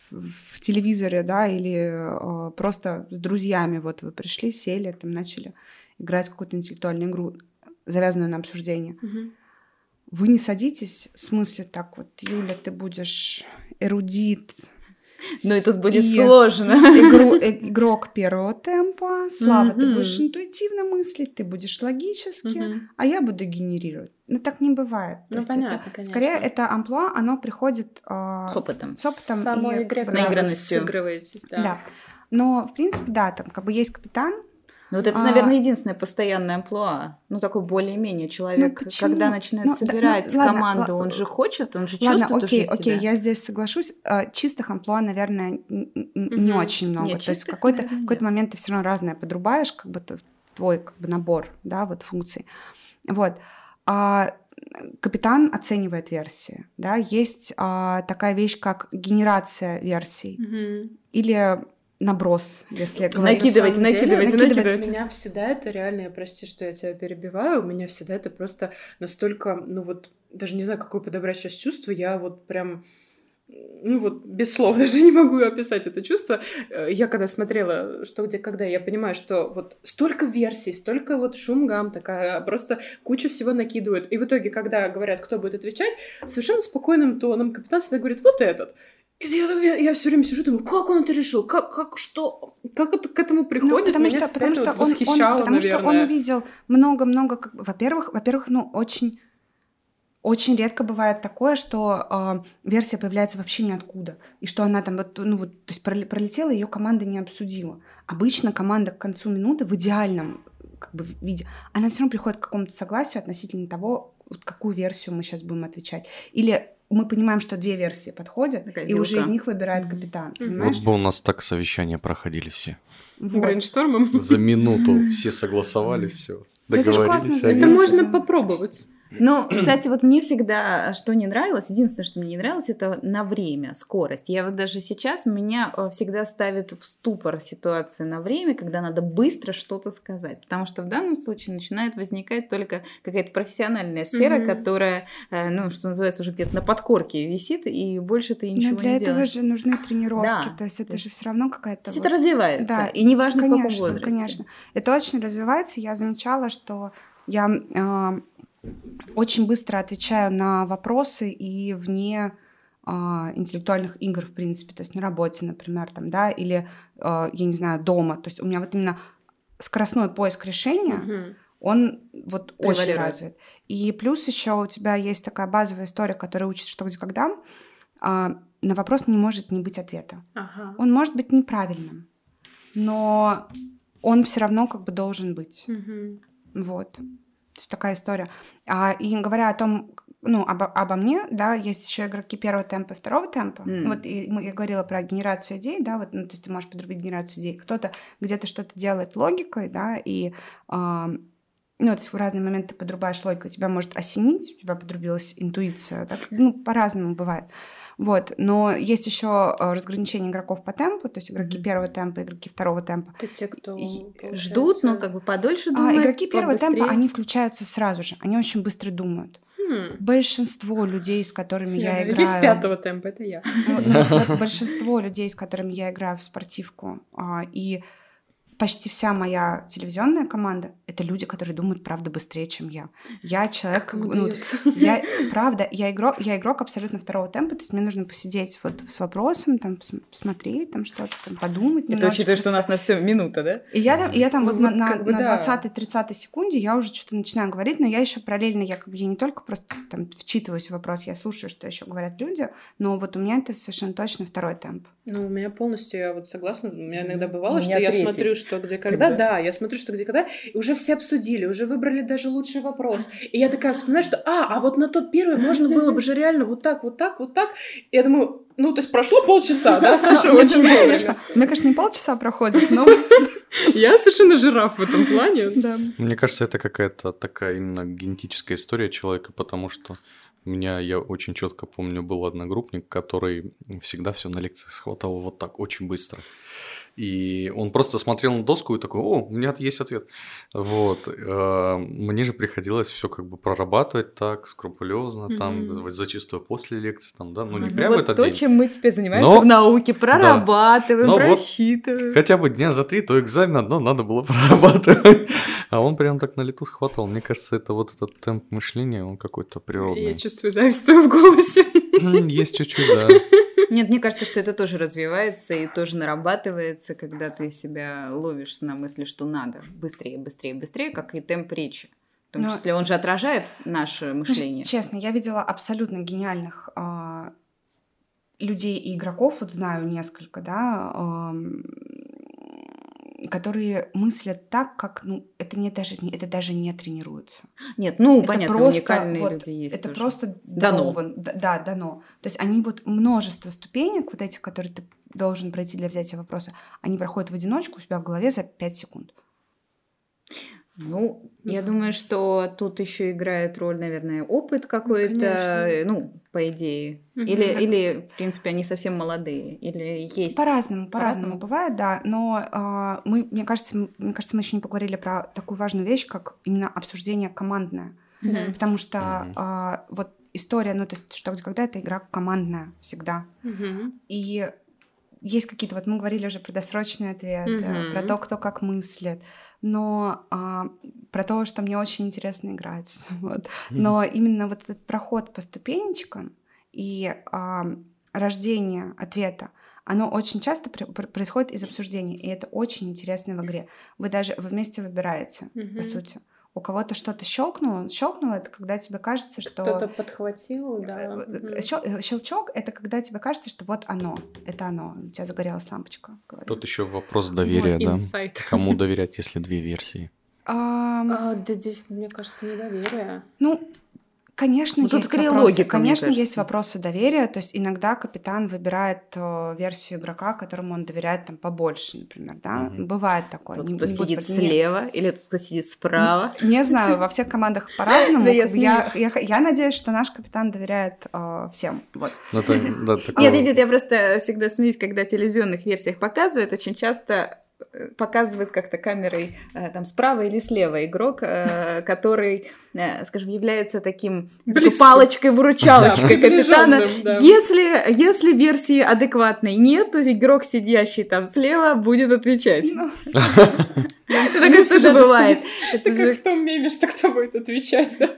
Speaker 2: в телевизоре, да, или просто с друзьями, вот вы пришли, сели, там начали играть в какую-то интеллектуальную игру, завязанную на обсуждение. Вы не садитесь в смысле так вот, Юля, ты будешь эрудит.
Speaker 3: Ну и тут будет сложно.
Speaker 2: Игрок первого темпа. Слава, ты будешь интуитивно мыслить, ты будешь логически, а я буду генерировать. Но так не бывает.
Speaker 1: Ну, понятно, конечно.
Speaker 2: Скорее, это амплуа, оно приходит
Speaker 3: с опытом.
Speaker 2: С опытом.
Speaker 1: С самой игрой,
Speaker 3: с наигранностью.
Speaker 1: Сыгрываетесь, да.
Speaker 2: Но, в принципе, да, там как бы есть капитан.
Speaker 3: Ну, вот это, наверное, единственное постоянное амплуа. Ну, такой более-менее человек, когда начинает собирать команду, он же хочет, он же чувствует уже себя.
Speaker 2: Окей, я здесь соглашусь. Чистых амплуа, наверное, не очень много.
Speaker 3: Нет,
Speaker 2: то есть в какой-то момент ты все равно разное подрубаешь, как бы твой как бы набор, да, вот функций. Вот. Капитан оценивает версии, да. Есть такая вещь, как генерация версий. Или наброс, если говорить.
Speaker 3: Накидывать.
Speaker 1: У меня всегда это реально, прости, что я тебя перебиваю, у меня всегда это просто настолько, ну вот, даже не знаю, какое подобрать сейчас чувство, я вот прям, ну вот, без слов даже не могу описать это чувство. Я когда смотрела «Что, где, когда», я понимаю, что вот столько версий, столько вот шум-гам, такая просто кучу всего накидывают. И в итоге, когда говорят, кто будет отвечать, совершенно спокойным тоном капитан всегда говорит «вот этот». И я все время сижу, думаю, как он это решил, как это к этому приходит,
Speaker 2: потому
Speaker 1: меня
Speaker 2: что
Speaker 1: вот восхищало,
Speaker 2: потому
Speaker 1: наверное.
Speaker 2: что он увидел много, во-первых, ну, очень редко бывает такое, что версия появляется вообще ниоткуда, и что она там, то есть пролетела, ее команда не обсудила. Обычно команда к концу минуты в идеальном как бы виде, она все равно приходит к какому-то согласию относительно того, вот какую версию мы сейчас будем отвечать. Или мы понимаем, что 2 версии подходят, и уже из них выбирает капитан.
Speaker 4: Вот бы у нас так совещания проходили все.
Speaker 1: Вот. Брейнштормом.
Speaker 4: За минуту все согласовали, все. Договорились.
Speaker 1: Это можно попробовать.
Speaker 3: Ну, кстати, вот мне всегда что не нравилось, единственное, что мне не нравилось, это на время, скорость. Я вот даже сейчас, меня всегда ставит в ступор ситуация на время, когда надо быстро что-то сказать. Потому что в данном случае начинает возникать только какая-то профессиональная сфера, которая, ну, что называется, уже где-то на подкорке висит, и больше ты ничего не делаешь.
Speaker 2: Для этого же нужны тренировки, то есть это же все равно какая-то...
Speaker 3: Это развивается, и неважно, в каком возрасте.
Speaker 2: Конечно, это очень развивается. Я замечала, что я... очень быстро отвечаю на вопросы и вне интеллектуальных игр, в принципе, то есть на работе, например, там, да, или, я не знаю, дома. То есть у меня вот именно скоростной поиск решения, он вот очень развит. И плюс еще у тебя есть такая базовая история, которая учит «Что, где, когда». На вопрос не может не быть ответа. Он может быть неправильным, но он все равно как бы должен быть. Вот. То есть такая история. И говоря о том, ну, обо мне, да, есть еще игроки первого темпа и второго темпа. Вот я говорила про генерацию идей, да, вот, ну, то есть ты можешь подрубить генерацию идей. Кто-то где-то что-то делает логикой, да, и ну, то есть в разные моменты ты подрубаешь логику, тебя может осенить, у тебя подрубилась интуиция, так, ну, по-разному бывает. Вот, но есть еще разграничение игроков по темпу, то есть игроки первого темпа, игроки второго темпа.
Speaker 1: Это те, кто
Speaker 3: ждут, но как бы подольше думают.
Speaker 2: Игроки первого темпа, они включаются сразу же, они очень быстро думают. Большинство людей, с которыми я играю...
Speaker 1: Из пятого темпа, это я.
Speaker 2: Большинство людей, с которыми я играю в спортивку, и почти вся моя телевизионная команда — это люди, которые думают, правда, быстрее, чем я. Я человек... Я игрок абсолютно второго темпа, то есть мне нужно посидеть вот с вопросом, там, посмотреть, там что-то, там, подумать.
Speaker 3: Это учитывая, что у нас на все минута, да?
Speaker 2: И я там вот на 20-30 секунде я уже что-то начинаю говорить, но я еще параллельно, я не только просто там вчитываюсь в вопрос, я слушаю, что еще говорят люди, но вот у меня это совершенно точно второй темп.
Speaker 1: Ну, у меня полностью, я вот согласна, у меня иногда бывало, что я смотрю, что где когда, да, я смотрю, что где когда, и уже все обсудили, уже выбрали даже лучший вопрос. И я такая вспоминаю, что, а вот на тот первый можно было бы же реально вот так. И я думаю, ну, то есть прошло полчаса, да, Саша, очень вовремя.
Speaker 2: Мне, конечно, не полчаса проходит, но...
Speaker 1: Я совершенно жираф в этом плане.
Speaker 4: Мне кажется, это какая-то такая именно генетическая история человека, потому что я очень четко помню, был одногруппник, который всегда все на лекциях схватывал вот так, очень быстро. И он просто смотрел на доску и такой: о, у меня есть ответ. Вот. Мне же приходилось все как бы прорабатывать так скрупулезно, там, зачастую после лекции, там, да, ну не прямо
Speaker 3: вот
Speaker 4: этот
Speaker 3: то,
Speaker 4: день.
Speaker 3: чем мы теперь занимаемся в науке, прорабатываем,
Speaker 4: Но
Speaker 3: просчитываем.
Speaker 4: Вот хотя бы дня за 3 то экзамен одно надо было прорабатывать. А он прям так на лету схватывал. Мне кажется, это вот этот темп мышления, он какой-то природный.
Speaker 1: Я чувствую зависть в твоем голосе.
Speaker 4: Есть чуть-чуть, да.
Speaker 3: Нет, мне кажется, что это тоже развивается и тоже нарабатывается, когда ты себя ловишь на мысли, что надо быстрее, быстрее, быстрее, как и темп речи. В том числе он же отражает наше мышление.
Speaker 2: Честно, я видела абсолютно гениальных людей и игроков, вот знаю несколько, да, которые мыслят так, как, ну, это даже не тренируется.
Speaker 3: Нет, ну,
Speaker 2: это
Speaker 3: понятно,
Speaker 2: просто,
Speaker 3: уникальные
Speaker 2: вот,
Speaker 3: люди есть.
Speaker 2: Это
Speaker 3: тоже.
Speaker 2: просто
Speaker 3: дано.
Speaker 2: Да, дано. То есть они вот множество ступенек, вот этих, которые ты должен пройти для взятия вопроса, они проходят в одиночку у себя в голове за 5 секунд.
Speaker 3: Ну, я думаю, что тут еще играет роль, наверное, опыт какой-то,
Speaker 1: Конечно.
Speaker 3: Ну, по идее. Или, в принципе, они совсем молодые, или есть.
Speaker 2: По-разному бывает, да. Но мне кажется, мы еще не поговорили про такую важную вещь, как именно обсуждение командное. Потому что вот история, ну, то есть, что когда это игра командная всегда. И есть какие-то, вот мы говорили уже про досрочный ответ, про то, кто как мыслит, но про то, что мне очень интересно играть. Вот. Но именно вот этот проход по ступенечкам и рождение ответа, оно очень часто происходит из обсуждения, и это очень интересно в игре. Вы вместе выбираете, по сути. У кого-то что-то щелкнуло, это когда тебе кажется, что...
Speaker 1: Кто-то подхватил, да.
Speaker 2: Щелчок — это когда тебе кажется, что вот это оно, у тебя загорелась лампочка.
Speaker 4: Тут еще вопрос доверия, да? Кому доверять, если 2 версии?
Speaker 1: Да здесь, мне кажется, недоверие.
Speaker 2: Ну, конечно,
Speaker 3: тут
Speaker 2: есть
Speaker 3: скорее
Speaker 2: вопросы.
Speaker 3: логика,
Speaker 2: Конечно,
Speaker 3: мне кажется.
Speaker 2: есть вопросы доверия. То есть иногда капитан выбирает версию игрока, которому он доверяет там побольше, например, да? Бывает такое.
Speaker 3: Тот, кто сидит слева, или тот, кто сидит справа.
Speaker 2: Не знаю, во всех командах по-разному. Я надеюсь, что наш капитан доверяет всем. Вот.
Speaker 3: Нет, я просто всегда смеюсь, когда в телевизионных версиях показывают, очень часто показывает как-то камерой там справа или слева игрок, который, скажем, является такой палочкой-выручалочкой капитана. Если версии адекватной нет, то игрок, сидящий там слева, будет отвечать. Это такое тоже бывает.
Speaker 1: Это как в том меме, что кто будет отвечать, да?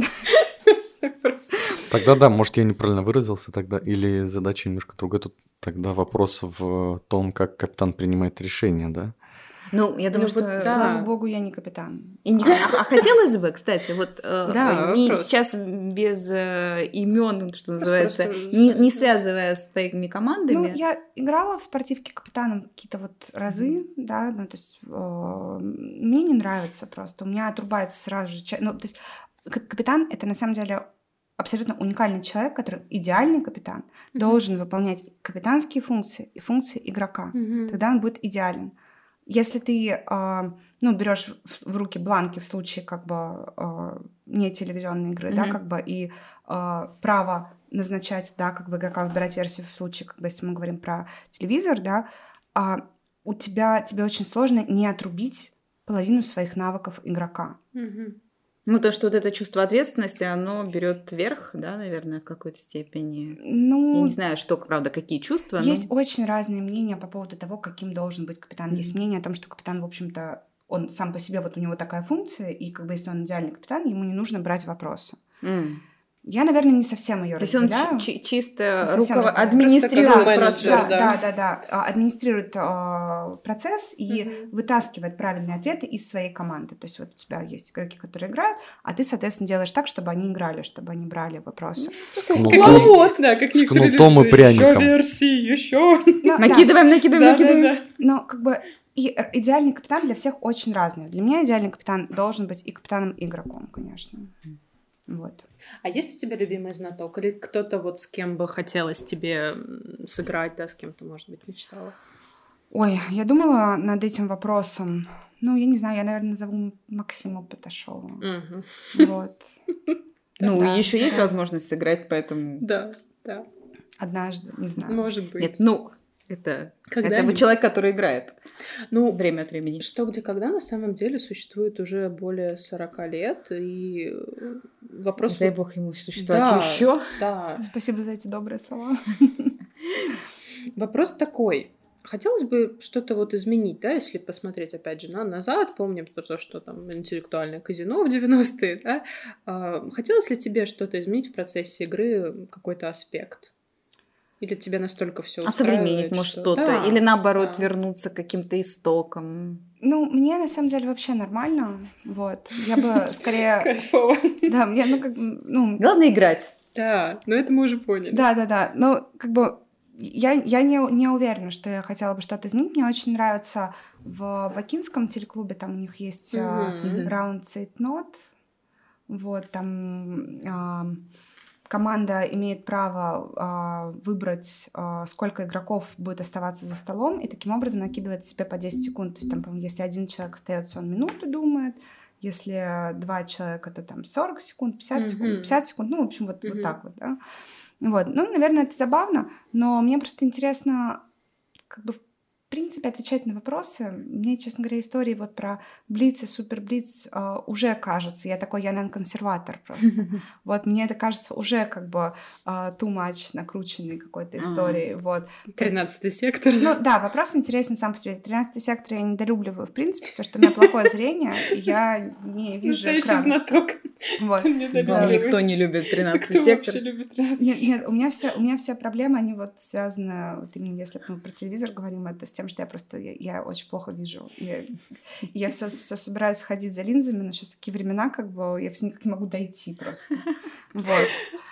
Speaker 4: Тогда да, может, я неправильно выразился тогда, или задача немножко другая. Тут тогда вопрос в том, как капитан принимает решение, да?
Speaker 3: Ну, я думаю, что...
Speaker 2: Слава богу, я не капитан.
Speaker 3: А хотелось бы, кстати, вот не
Speaker 1: вопрос.
Speaker 3: сейчас без имен, что называется, не связывая с твоими командами.
Speaker 2: Ну, я играла в спортивке капитаном какие-то вот разы, да, ну, то есть мне не нравится просто, у меня отрубается сразу же... Ну, то есть капитан — это на самом деле абсолютно уникальный человек, который идеальный капитан, должен выполнять капитанские функции и функции игрока. Тогда он будет идеален. Если ты берешь в руки бланки в случае как бы не телевизионной игры, да, как бы, и право назначать, да, как бы игрока выбирать версию в случае, как бы, если мы говорим про телевизор, да, тебе очень сложно не отрубить половину своих навыков игрока.
Speaker 3: Ну, то, что вот это чувство ответственности, оно берет верх, да, наверное, в какой-то степени.
Speaker 2: Ну,
Speaker 3: я не знаю, что, правда, какие чувства.
Speaker 2: Есть очень разные мнения по поводу того, каким должен быть капитан. Есть мнение о том, что капитан, в общем-то, он сам по себе, вот у него такая функция, и как бы если он идеальный капитан, ему не нужно брать вопросы. Я, наверное, не совсем ее разделяю.
Speaker 3: То есть он чисто
Speaker 2: администрирует
Speaker 3: процесс.
Speaker 2: Да. Администрирует процесс и вытаскивает правильные ответы из своей команды. То есть вот у тебя есть игроки, которые играют, а ты, соответственно, делаешь так, чтобы они играли, чтобы они брали вопросы.
Speaker 1: Кукловод, да, как
Speaker 4: с кнутом и пряником.
Speaker 1: Еще версии, еще.
Speaker 3: Накидываем.
Speaker 2: Но как бы и идеальный капитан для всех очень разный. Для меня идеальный капитан должен быть и капитаном, и игроком, конечно. Вот.
Speaker 1: А есть у тебя любимый знаток? Или кто-то вот с кем бы хотелось тебе сыграть, да, с кем ты, может быть, мечтала?
Speaker 2: Ой, я думала над этим вопросом. Ну, я не знаю, я, наверное, назову Максима Паташова. Вот.
Speaker 3: Ну, еще есть возможность сыграть, поэтому...
Speaker 1: Да.
Speaker 2: Однажды, не знаю.
Speaker 1: Может быть.
Speaker 3: Нет, ну, Это
Speaker 1: Когда
Speaker 3: хотя бы человек, который играет время от времени.
Speaker 1: Что, где, когда на самом деле существует уже более 40 лет, и вопрос...
Speaker 3: Дай бог ему существовать еще.
Speaker 1: Да.
Speaker 2: Спасибо за эти добрые слова.
Speaker 1: Вопрос такой. Хотелось бы что-то вот изменить, да, если посмотреть, опять же, назад, помним то, что там интеллектуальное казино в 90-е, да? Хотелось ли тебе что-то изменить в процессе игры, какой-то аспект? Или тебе настолько все устраивает?
Speaker 3: Осовременить, может, что-то?
Speaker 1: Да,
Speaker 3: или наоборот, вернуться к каким-то истокам?
Speaker 2: Ну, мне на самом деле вообще нормально, вот. Я бы скорее...
Speaker 1: Кайфово.
Speaker 2: Да, мне,
Speaker 3: Главное играть.
Speaker 1: Да, но это мы уже поняли.
Speaker 2: Да. Ну, как бы я не уверена, что я хотела бы что-то изменить. Мне очень нравится в бакинском телеклубе, там у них есть раунд цейтнот, вот, там команда имеет право выбрать, сколько игроков будет оставаться за столом, и таким образом накидывает себе по 10 секунд. То есть там, по-моему, если один человек остается, он минуту думает, если 2 человека, то там 40 секунд, 50 секунд, 50 секунд, ну, в общем, вот так вот, да. Вот, ну, наверное, это забавно, но мне просто интересно, как бы, в принципе, отвечать на вопросы. Мне, честно говоря, истории вот про Блиц и Супер Блиц уже кажутся. Я такой консерватор просто. Вот, мне это кажется уже как бы too much накрученной какой-то историей. Вот.
Speaker 1: 13-й сектор.
Speaker 2: Ну да, вопрос интересен сам по себе. 13-й сектор я недолюбливаю, в принципе, потому что у меня плохое зрение, и я не вижу
Speaker 1: настоящий
Speaker 2: экрана.
Speaker 1: знаток.
Speaker 2: Вот.
Speaker 3: Никто не любит 13-й
Speaker 1: Кто
Speaker 3: сектор.
Speaker 1: вообще любит 13-й сектор?
Speaker 2: Нет, у меня все проблемы, они вот связаны, вот именно если мы про телевизор говорим, это с тем, что я очень плохо вижу. Я все собираюсь ходить за линзами, но сейчас такие времена, как бы, я все никак не могу дойти просто. Вот.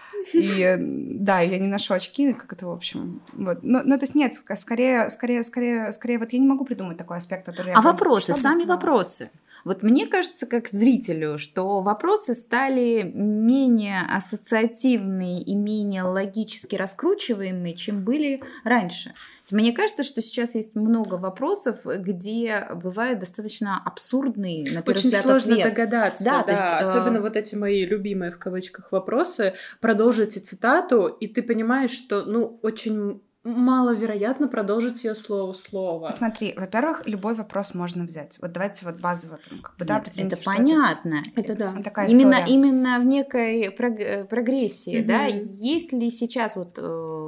Speaker 2: И да, я не ношу очки, как это, в общем, вот. Но то есть нет, скорее, вот я не могу придумать такой аспект, который я...
Speaker 3: А вопросы, сами вопросы. Вот мне кажется, как зрителю, что вопросы стали менее ассоциативные и менее логически раскручиваемые, чем были раньше. Мне кажется, что сейчас есть много вопросов, где бывают достаточно абсурдные, на первый взгляд,
Speaker 1: очень сложно
Speaker 3: ответ.
Speaker 1: догадаться,
Speaker 3: да.
Speaker 1: То есть, особенно вот эти мои любимые, в кавычках, вопросы. Продолжите цитату, и ты понимаешь, что, очень... маловероятно продолжить ее слово в слово.
Speaker 2: Смотри, во-первых, любой вопрос можно взять. Вот давайте вот базово там, как бы, да,
Speaker 3: это понятно.
Speaker 1: Это да.
Speaker 2: Такая
Speaker 3: именно в некой прогрессии, да? Есть ли сейчас вот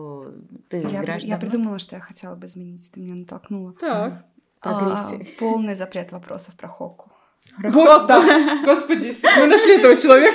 Speaker 3: ты играешь?
Speaker 2: Я придумала, что я хотела бы изменить, ты меня натолкнула.
Speaker 1: Так.
Speaker 3: Прогрессии.
Speaker 2: Полный запрет вопросов про Хокку.
Speaker 1: Вот, да. Господи, мы нашли этого человека.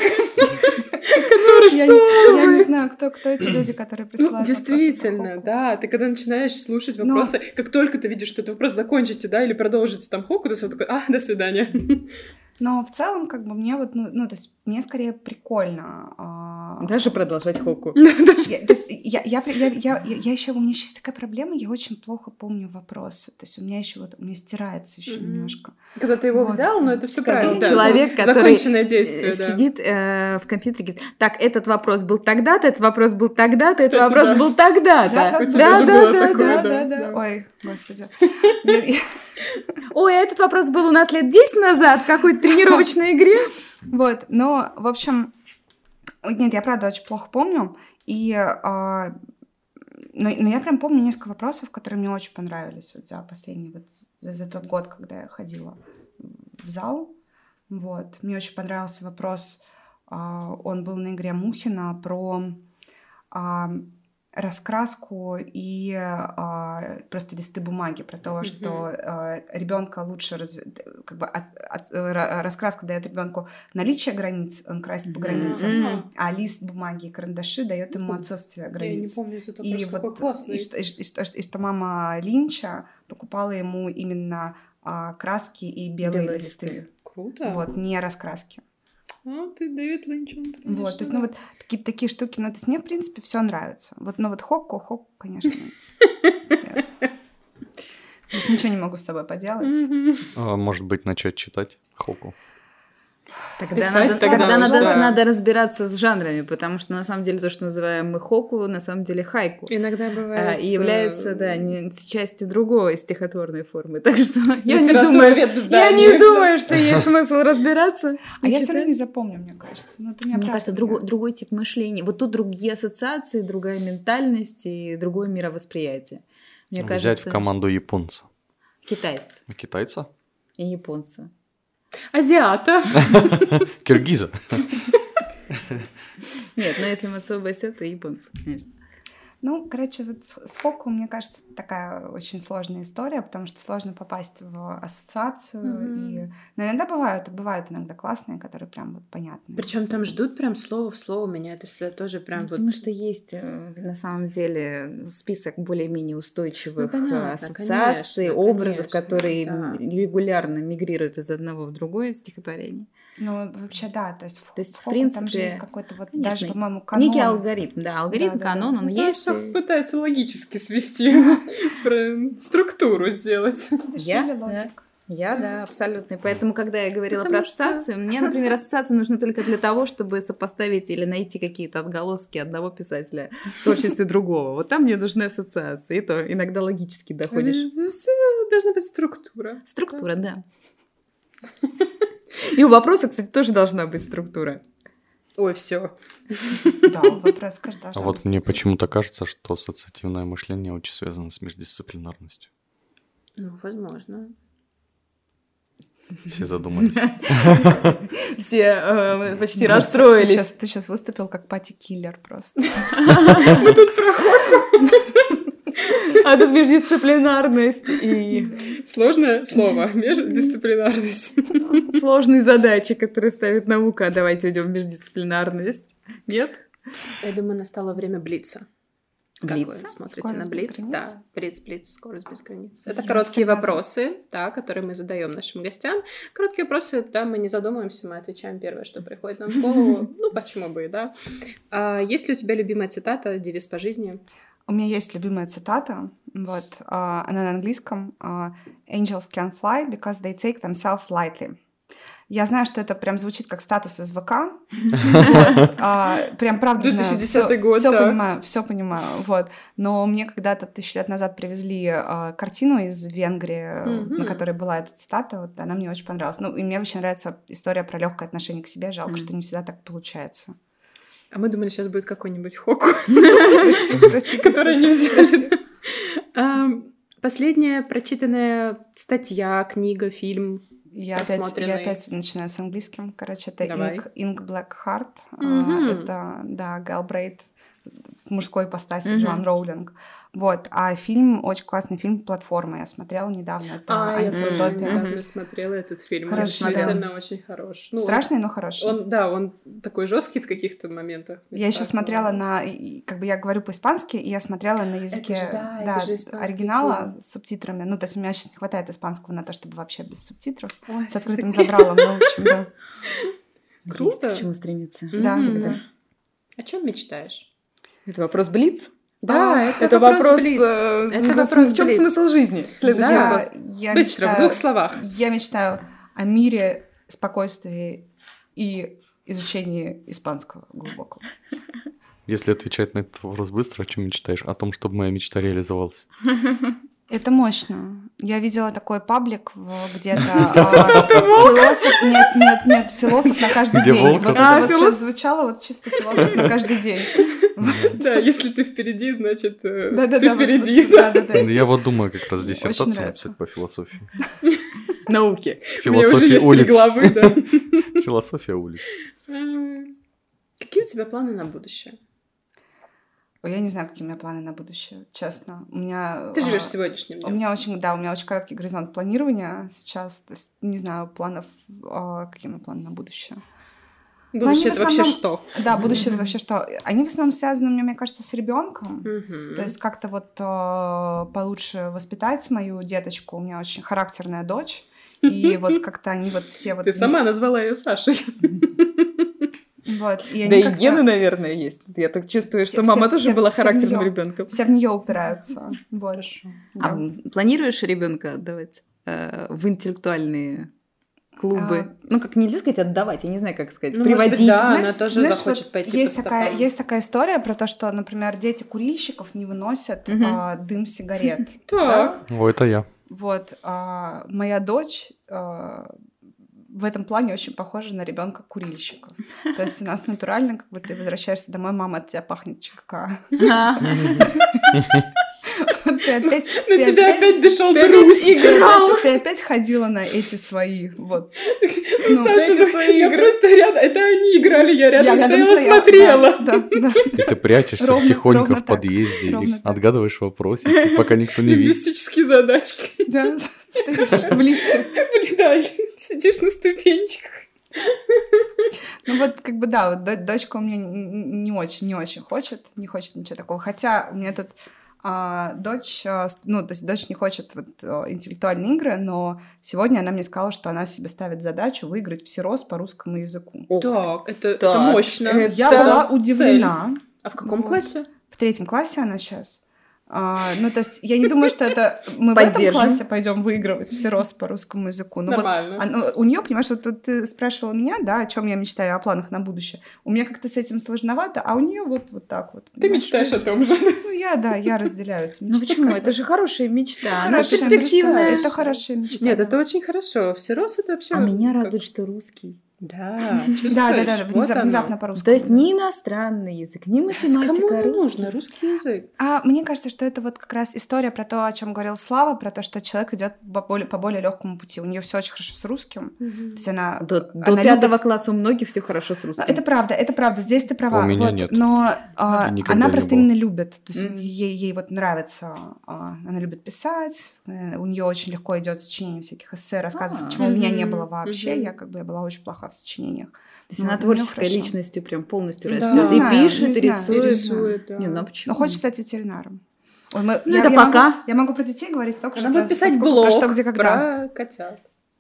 Speaker 2: Я не знаю, кто эти люди, которые присылают вопросы про
Speaker 1: действительно,
Speaker 2: Хокку.
Speaker 1: да. Ты когда начинаешь слушать вопросы, как только ты видишь, что этот вопрос закончите, да, или продолжите там Хокку, ты сразу такой, до свидания.
Speaker 2: Но в целом, как бы, мне вот, то есть, мне скорее прикольно.
Speaker 3: Даже продолжать Хокку.
Speaker 2: То есть, у меня еще есть такая проблема, я очень плохо помню вопросы. То есть, у меня стирается еще немножко.
Speaker 1: Когда ты его взял, но это все правильно.
Speaker 3: Человек, который
Speaker 1: законченное действие,
Speaker 3: сидит в компьютере, говорит, так, этот вопрос был тогда-то, этот вопрос был тогда-то, этот вопрос был тогда-то.
Speaker 2: Да. Ой, господи.
Speaker 3: Ой, а этот вопрос был у нас лет 10 назад в какой-то тренировочной игре.
Speaker 2: Вот, но, в общем, нет, я правда очень плохо помню, но я прям помню несколько вопросов, которые мне очень понравились вот за последний, вот за тот год, когда я ходила в зал. Вот, мне очень понравился вопрос, он был на игре Мухина про раскраску и просто листы бумаги, про то, что ребенка лучше раскраска дает ребенку наличие границ, он красит по границам, а лист бумаги и карандаши дает ему отсутствие границ.
Speaker 1: Я не помню, это вопрос какой классный.
Speaker 2: И что мама Линча покупала ему именно краски и белые листы.
Speaker 1: Круто.
Speaker 2: Вот, не раскраски.
Speaker 1: Ты Дэвид Линч.
Speaker 2: Вот, то есть, вот такие штуки, то есть мне, в принципе, все нравится. Вот, но вот Хокку, конечно. Здесь ничего не могу с собой поделать.
Speaker 4: Может быть, начать читать Хокку.
Speaker 3: Тогда надо разбираться с жанрами, потому что на самом деле то, что называем мы Хокку, на самом деле хайку.
Speaker 1: Иногда бывает.
Speaker 3: И является, частью другой стихотворной формы. Так что я не думаю, что есть смысл разбираться.
Speaker 2: А я все равно не запомню, мне кажется.
Speaker 3: Мне кажется, другой тип мышления. Вот тут другие ассоциации, другая ментальность и другое мировосприятие. Мне
Speaker 4: Взять
Speaker 3: кажется,
Speaker 4: в команду японца.
Speaker 3: китайца
Speaker 4: Китайца?
Speaker 3: и японца.
Speaker 1: Азиата.
Speaker 4: Киргиза.
Speaker 3: Нет, но если Мацуо Сё, то японцы, конечно.
Speaker 2: Ну, короче, вот с Хоку, мне кажется, такая очень сложная история, потому что сложно попасть в ассоциацию. Но иногда бывают иногда классные, которые прям вот понятны.
Speaker 1: Причем там ждут прям слово в слово, меня это все тоже прям
Speaker 3: Потому что есть на самом деле список более-менее устойчивых ассоциаций,
Speaker 1: конечно,
Speaker 3: образов,
Speaker 1: конечно,
Speaker 3: которые
Speaker 1: да.
Speaker 3: регулярно мигрируют из одного в другое стихотворение.
Speaker 2: Ну, вообще, да, то есть в
Speaker 3: в
Speaker 2: Хоку там же
Speaker 3: принципе,
Speaker 2: есть какой-то вот
Speaker 3: конечно,
Speaker 2: даже, по-моему, канон.
Speaker 3: некий алгоритм, да, алгоритм,
Speaker 2: Да-да-да.
Speaker 3: канон, он
Speaker 1: Ну, там
Speaker 3: есть.
Speaker 1: всё пытается логически свести, структуру сделать.
Speaker 3: Я, да, абсолютно. И поэтому, когда я говорила
Speaker 1: Потому
Speaker 3: про ассоциации, мне, например, ассоциации нужны только для того, чтобы сопоставить или найти какие-то отголоски одного писателя в творчестве другого. Вот там мне нужны ассоциации, и то иногда логически доходишь.
Speaker 1: Должна быть структура.
Speaker 3: Структура, да. И у вопроса, кстати, тоже должна быть структура.
Speaker 1: Ой, все.
Speaker 2: Да, вопрос каждый
Speaker 4: А вот мне почему-то кажется, что ассоциативное мышление очень связано с междисциплинарностью.
Speaker 1: Ну, возможно.
Speaker 4: Все задумались.
Speaker 3: Все почти расстроились.
Speaker 2: Ты сейчас выступил как пати-киллер просто.
Speaker 3: А тут междисциплинарность и
Speaker 1: Сложное слово. Междисциплинарность.
Speaker 3: сложные задачи, которые ставит наука. Давайте уйдем в междисциплинарность. Нет?
Speaker 1: Я думаю, настало время блица. Как вы
Speaker 3: Блица?
Speaker 1: смотрите
Speaker 2: Скорость
Speaker 1: на
Speaker 2: без
Speaker 1: блиц?
Speaker 2: границ?
Speaker 1: Да, блиц, скорость без границ. Это
Speaker 2: Я
Speaker 1: короткие
Speaker 2: всегда
Speaker 1: вопросы, да, которые мы задаем нашим гостям. Короткие вопросы, да, мы не задумываемся, мы отвечаем первое, что приходит нам в голову. Ну, почему бы и да. Есть ли у тебя любимая цитата, девиз по жизни?
Speaker 2: У меня есть любимая цитата, вот, она на английском. «Angels can fly because they take themselves lightly». Я знаю, что это прям звучит как статус из ВК. Прям правда знаю.
Speaker 1: 2010 год,
Speaker 2: Все понимаю, вот. Но мне когда-то 1000 лет назад привезли картину из Венгрии, на которой была эта цитата, вот она мне очень понравилась. Ну, и мне очень нравится история про легкое отношение к себе. Жалко, что не всегда так получается.
Speaker 1: А мы думали, сейчас будет какой-нибудь Хоку,
Speaker 2: Прости,
Speaker 1: который не взяли. Последняя прочитанная статья, книга, фильм.
Speaker 2: Я опять начинаю с английским. Короче, это
Speaker 1: Давай.
Speaker 2: Ink Blackheart. Это, да, Галбрейт в мужской ипостаси, Джоан Роулинг. Вот. А фильм, очень классный фильм «Платформа». Я смотрела недавно. Это
Speaker 1: Я тоже
Speaker 2: антиутопия.
Speaker 1: недавно смотрела этот фильм. Он
Speaker 2: Хорошо.
Speaker 1: действительно очень хорош. Ну,
Speaker 2: Страшный, но хороший.
Speaker 1: он такой жесткий в каких-то моментах.
Speaker 2: Я еще смотрела как бы я говорю по-испански, и я смотрела на языке
Speaker 1: это же испанский
Speaker 2: оригинала с субтитрами. Ну, то есть у меня сейчас не хватает испанского на то, чтобы вообще без субтитров.
Speaker 1: Ой,
Speaker 2: С открытым
Speaker 1: всё-таки.
Speaker 2: забралом, ну, в общем, да.
Speaker 1: Круто.
Speaker 3: Есть к чему стремиться.
Speaker 2: Да,
Speaker 1: Мгм.
Speaker 2: да.
Speaker 1: О чем мечтаешь?
Speaker 3: Это вопрос Блиц?
Speaker 1: Да,
Speaker 3: Это вопрос,
Speaker 1: Блиц. Это
Speaker 3: в
Speaker 1: вопрос
Speaker 3: чем
Speaker 1: Блиц.
Speaker 3: смысл жизни? Следующий
Speaker 2: Да,
Speaker 3: вопрос.
Speaker 2: я
Speaker 1: Быстро, в 2 словах.
Speaker 2: Я мечтаю о мире, спокойствии и изучении испанского глубокого.
Speaker 4: Если отвечать на этот вопрос быстро, о чем мечтаешь? О том, чтобы моя мечта реализовалась.
Speaker 2: Это мощно. Я видела такой паблик где-то. Философ, нет, философ на каждый
Speaker 4: Где
Speaker 2: день.
Speaker 4: волк?
Speaker 2: Вот это вот сейчас звучало, вот чисто философ на каждый день.
Speaker 1: Да, если ты впереди, значит, ты
Speaker 2: Да-да-да.
Speaker 1: впереди.
Speaker 2: Да-да-да.
Speaker 4: Я вот думаю как раз
Speaker 2: Очень
Speaker 4: диссертацию
Speaker 2: нравится.
Speaker 4: написать по философии.
Speaker 3: Науки.
Speaker 1: У меня уже
Speaker 4: Философия
Speaker 1: есть 3
Speaker 4: улиц.
Speaker 1: главы, да.
Speaker 4: Философия улиц.
Speaker 1: Какие у тебя планы на будущее?
Speaker 2: Ой, я не знаю, какие у меня планы на будущее, честно. У меня...
Speaker 1: Ты живешь сегодняшним
Speaker 2: У
Speaker 1: днем.
Speaker 2: меня очень короткий горизонт планирования сейчас. То есть не знаю планов, какие у меня планы на будущее.
Speaker 1: Будущее — это
Speaker 2: в
Speaker 1: вообще
Speaker 2: основном-
Speaker 1: что?
Speaker 2: Да, будущее это вообще что? Они в основном связаны, мне кажется, с ребенком.
Speaker 1: Мгм.
Speaker 2: То есть как-то вот получше воспитать мою деточку. У меня очень характерная дочь. И вот как-то они вот все вот...
Speaker 1: Ты сама назвала ее Сашей.
Speaker 2: Вот, и
Speaker 3: Да
Speaker 2: они
Speaker 3: и
Speaker 2: как-то
Speaker 3: гены, наверное, есть. Я так чувствую, что
Speaker 2: Все-
Speaker 3: мама
Speaker 2: все-
Speaker 3: тоже
Speaker 2: все-
Speaker 3: была
Speaker 2: все в
Speaker 3: характерным
Speaker 2: неё.
Speaker 3: ребенком.
Speaker 2: все в нее упираются. Вот.
Speaker 3: А планируешь ребенка отдавать в интеллектуальные клубы? Ну, как нельзя сказать отдавать, я не знаю, как сказать.
Speaker 1: Ну, может быть,
Speaker 3: приводить.
Speaker 1: да,
Speaker 2: Знаешь-
Speaker 1: она тоже
Speaker 2: знаешь,
Speaker 1: захочет
Speaker 2: вот
Speaker 1: пойти
Speaker 2: есть
Speaker 1: по
Speaker 2: такая,
Speaker 1: стопам.
Speaker 2: есть такая история про то, что, например, дети курильщиков не выносят дым сигарет.
Speaker 1: Так.
Speaker 4: О, это я.
Speaker 2: Вот, моя дочь в этом плане очень похожа на ребенка курильщика. То есть у нас натурально, как бы ты возвращаешься домой, мама, от тебя пахнет ЧК.
Speaker 1: На тебя опять дошел до Руси.
Speaker 2: Ты опять ходила на эти свои, вот.
Speaker 1: Саша, я просто рядом, это они играли, я рядом стояла, смотрела.
Speaker 2: Да.
Speaker 4: И ты прячешься тихонько в подъезде и отгадываешь вопросики, пока никто не видит.
Speaker 1: Мистические задачки.
Speaker 2: Да, стоишь в лифте.
Speaker 1: Да, сидишь на ступенечках.
Speaker 2: Ну вот, как бы, да, вот дочка у меня не очень хочет, не хочет ничего такого. Хотя у меня тут дочь, ну, то есть дочь не хочет вот интеллектуальные игры, но сегодня она мне сказала, что она себе ставит задачу выиграть всерос по русскому языку.
Speaker 1: Так, это мощно.
Speaker 2: Я была удивлена.
Speaker 1: А в каком классе?
Speaker 2: В 3 классе она сейчас. Ну, то есть, я не думаю, что это мы в этом классе пойдем выигрывать всерос по русскому языку. Но
Speaker 1: нормально.
Speaker 2: Вот, у нее, понимаешь, вот ты спрашивала меня, да, о чем я мечтаю, о планах на будущее. У меня как-то с этим сложновато, а у нее вот так вот.
Speaker 1: Ты мечтаешь о том же.
Speaker 2: Ну, я разделяю эти мечты.
Speaker 3: Ну почему? Это же хорошая мечта. Она
Speaker 2: Хорошая
Speaker 3: перспективная.
Speaker 2: мечта. Это хорошая мечта.
Speaker 1: Нет, это очень хорошо. Всерос это вообще...
Speaker 3: А меня радует, что русский.
Speaker 1: Да, чувствуешь?
Speaker 2: Да,
Speaker 1: Вот
Speaker 2: внезапно по-русски.
Speaker 3: То есть не иностранный язык, не математика,
Speaker 1: кому
Speaker 3: а русский.
Speaker 1: нужно русский язык?
Speaker 2: А мне кажется, что это вот как раз история про то, о чем говорил Слава, про то, что человек идет по более легкому пути. У нее все очень хорошо с русским. То есть она
Speaker 3: До 5 класса у многих все хорошо с русским.
Speaker 2: Это правда. Здесь ты права.
Speaker 4: У меня
Speaker 2: вот,
Speaker 4: нет.
Speaker 2: Но она просто
Speaker 4: не было.
Speaker 2: именно любит. То есть ей вот нравится. Она любит писать. У нее очень легко идет сочинение всяких эссе, рассказов, чего у меня не было вообще. Я была очень плоха в сочинениях.
Speaker 3: То есть она творческой личностью прям полностью
Speaker 1: Да.
Speaker 3: растет.
Speaker 1: Не
Speaker 3: И
Speaker 2: знаю,
Speaker 3: пишет,
Speaker 2: не
Speaker 3: и
Speaker 2: знаю.
Speaker 3: рисует.
Speaker 1: Да.
Speaker 3: Не, ну а почему?
Speaker 2: Но хочет стать ветеринаром.
Speaker 3: это пока.
Speaker 2: Я могу про детей говорить только
Speaker 1: Она
Speaker 2: что
Speaker 1: будет писать
Speaker 2: про
Speaker 1: блог
Speaker 2: что, где, когда.
Speaker 1: про котят.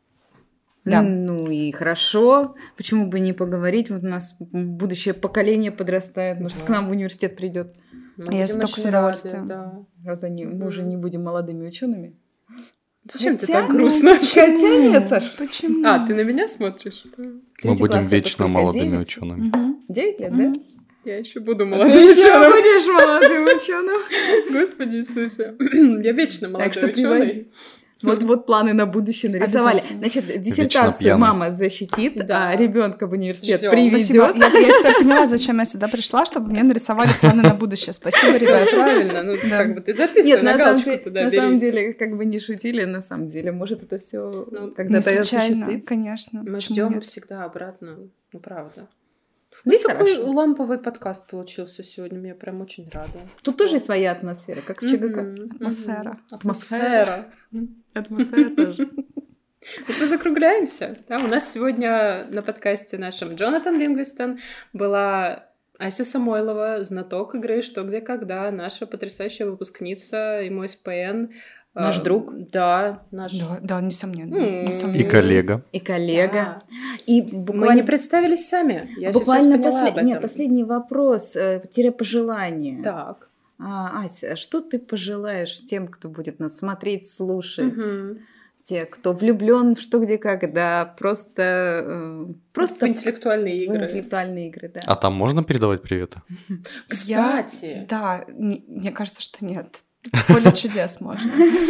Speaker 2: Да.
Speaker 3: Ну и хорошо. Почему бы не поговорить? Вот у нас будущее поколение подрастает. Может, к нам в университет придет.
Speaker 2: Я
Speaker 1: будем
Speaker 2: только
Speaker 1: очень
Speaker 2: с удовольствием.
Speaker 1: рады, да.
Speaker 3: Вот мы уже не будем молодыми учеными.
Speaker 1: Зачем ты
Speaker 3: Хотя,
Speaker 1: так грустно?
Speaker 3: Хотя нет, Саш.
Speaker 2: Почему?
Speaker 1: А, ты на меня смотришь? Да.
Speaker 4: Мы будем
Speaker 3: класс, это
Speaker 4: вечно
Speaker 3: сколько,
Speaker 4: молодыми
Speaker 3: 9?
Speaker 4: учеными.
Speaker 3: 9 лет, да?
Speaker 1: Я еще буду
Speaker 3: Ты
Speaker 1: молодым
Speaker 3: еще
Speaker 1: ученым.
Speaker 3: будешь молодым ученым.
Speaker 1: Господи Иисусе. Я вечно молодой
Speaker 3: что
Speaker 1: ученый.
Speaker 3: приводи. Вот планы на будущее нарисовали.
Speaker 2: Обязательно.
Speaker 3: Значит, диссертацию
Speaker 4: пьяный.
Speaker 3: мама защитит,
Speaker 1: Да.
Speaker 3: а ребенка в университет
Speaker 1: Ждём.
Speaker 2: Спасибо.
Speaker 3: приведет.
Speaker 2: Я теперь поняла, зачем я сюда пришла, чтобы мне нарисовали планы на будущее. Спасибо,
Speaker 1: Всё
Speaker 2: ребят.
Speaker 1: правильно. Ну,
Speaker 2: Да.
Speaker 1: как бы ты записывай,
Speaker 3: Нет,
Speaker 1: на галочку туда
Speaker 3: на
Speaker 1: бери.
Speaker 3: самом деле, как бы не шутили, на самом деле, может, это все
Speaker 1: Ну,
Speaker 3: когда-то
Speaker 2: Не случайно,
Speaker 3: осуществится.
Speaker 2: конечно.
Speaker 1: Мы
Speaker 2: Почему
Speaker 1: ждем
Speaker 2: нет?
Speaker 1: всегда обратно. Ну, правда.
Speaker 3: Здесь
Speaker 1: такой
Speaker 3: хорошо.
Speaker 1: ламповый подкаст получился сегодня. Меня прям очень рада.
Speaker 3: Тут тоже есть своя атмосфера, как в ЧГК.
Speaker 2: Атмосфера.
Speaker 1: Атмосфера.
Speaker 3: Атмосфера тоже.
Speaker 1: Ну что, закругляемся? Да, у нас сегодня на подкасте нашем Джонатан Лингвистон была Ася Самойлова, знаток игры «Что, где, когда», наша потрясающая выпускница МСПН.
Speaker 3: Наш друг.
Speaker 1: Да, наш...
Speaker 2: Да, несомненно.
Speaker 1: М.
Speaker 4: И
Speaker 2: несомненно.
Speaker 4: коллега.
Speaker 3: И коллега.
Speaker 1: Да.
Speaker 3: И
Speaker 1: Мы не
Speaker 3: буквально,
Speaker 1: представились сами. Я
Speaker 3: буквально
Speaker 1: сейчас поняла об этом.
Speaker 3: последний вопрос, пожелание.
Speaker 1: Так.
Speaker 3: Ася, что ты пожелаешь тем, кто будет нас смотреть, слушать?
Speaker 1: Мгм.
Speaker 3: Те, кто влюблен в «Что, где, когда», просто
Speaker 1: В интеллектуальные
Speaker 3: в
Speaker 1: игры.
Speaker 3: интеллектуальные игры, да.
Speaker 4: А там можно передавать приветы?
Speaker 1: Кстати.
Speaker 2: Да, мне кажется, что нет. Поле чудес можно.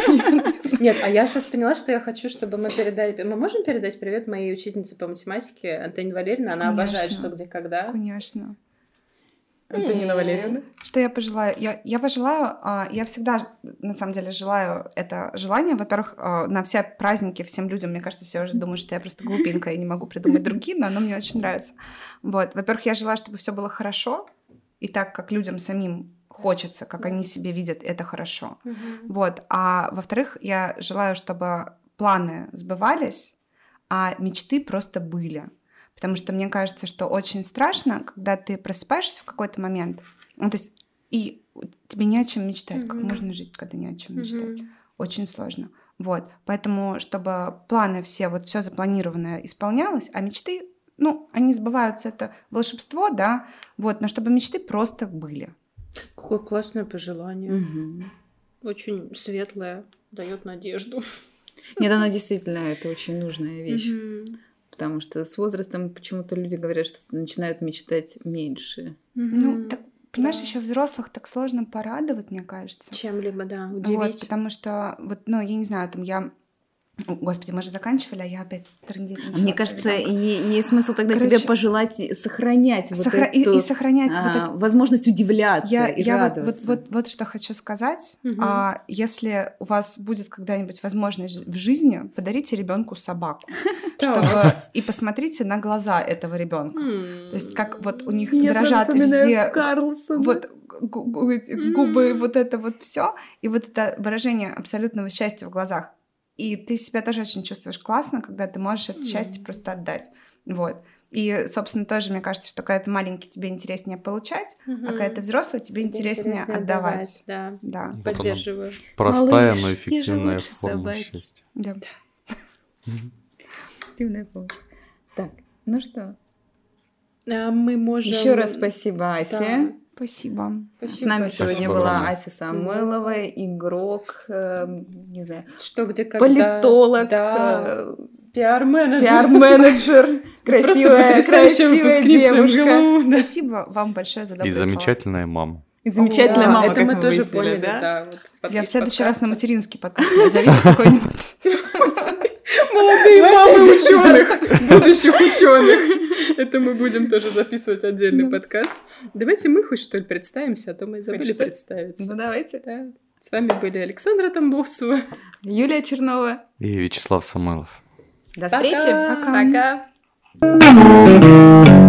Speaker 1: Нет, а я сейчас поняла, что я хочу, чтобы мы передали... Мы можем передать привет моей учительнице по математике Антонине Валерьевне? Она обожает
Speaker 2: Конечно.
Speaker 1: «Что, где, когда».
Speaker 2: Конечно.
Speaker 3: Антонина Валерьевна.
Speaker 2: Что я пожелаю? Я пожелаю, я всегда, на самом деле, желаю это желание. Во-первых, на все праздники всем людям, мне кажется, все уже думают, что я просто глупенькая и не могу придумать другие, но оно мне очень нравится. Вот. Во-первых, я желаю, чтобы все было хорошо, и так, как людям самим хочется, как они себе видят, это хорошо. Вот. А во-вторых, я желаю, чтобы планы сбывались, а мечты просто были. Потому что мне кажется, что очень страшно, когда ты просыпаешься в какой-то момент, ну, то есть, и тебе не о чем мечтать. Как можно жить, когда не о чем мечтать? Очень сложно. Вот. Поэтому, чтобы планы все, вот все запланированное исполнялось, а мечты, ну, они сбываются, это волшебство, да, вот, но чтобы мечты просто были.
Speaker 1: Какое классное пожелание.
Speaker 3: Мгм.
Speaker 1: Очень светлое, дает надежду.
Speaker 3: Нет, оно действительно, это очень нужная вещь. Потому что с возрастом почему-то люди говорят, что начинают мечтать меньше.
Speaker 2: Ну, так, понимаешь, еще взрослых так сложно порадовать, мне кажется.
Speaker 1: Чем-либо, да,
Speaker 2: Вот,
Speaker 1: удивить.
Speaker 2: потому что, вот, ну, я не знаю, там я Господи, мы же заканчивали, а я опять трындеть начала.
Speaker 3: Мне кажется, есть смысл тогда тебе пожелать сохранять
Speaker 2: и сохранять
Speaker 3: возможность удивляться и радоваться.
Speaker 2: Вот что хочу сказать. Если у вас будет когда-нибудь возможность в жизни, подарите ребенку собаку. И посмотрите на глаза этого ребенка. То есть как вот у них дрожат везде вот губы, вот это вот все, и вот это выражение абсолютного счастья в глазах. И ты себя тоже очень чувствуешь классно, когда ты можешь это счастье просто отдать. Вот. И, собственно, тоже мне кажется, что когда ты маленький, тебе интереснее получать, а когда ты взрослый, тебе интереснее отдавать.
Speaker 1: Да. Поддерживаю.
Speaker 4: Простая, но эффективная форма счастья.
Speaker 2: Да.
Speaker 3: Эффективная помощь. Так, ну что?
Speaker 1: Мы можем...
Speaker 3: Еще раз спасибо, Ася.
Speaker 2: Спасибо.
Speaker 3: С нами сегодня была Ася Самойлова, игрок, не знаю,
Speaker 1: что, где, когда.
Speaker 3: Политолог,
Speaker 1: пиар-менеджер,
Speaker 3: красивая девушка.
Speaker 2: Спасибо вам большое за добрые слова.
Speaker 4: И замечательная мама.
Speaker 3: И замечательная мама,
Speaker 1: это мы тоже поняли,
Speaker 3: да?
Speaker 2: Я в следующий раз на материнский подкаст зовите какой-нибудь.
Speaker 1: Молодые мамы ученых, будущих ученых. Это мы будем тоже записывать отдельный подкаст. Давайте мы хоть что ли представимся, а то мы забыли представиться.
Speaker 3: Ну давайте.
Speaker 1: Да. С вами были Александра Тамбовцева,
Speaker 3: Юлия Чернова
Speaker 4: и Вячеслав Самойлов.
Speaker 3: До встречи.
Speaker 2: Пока.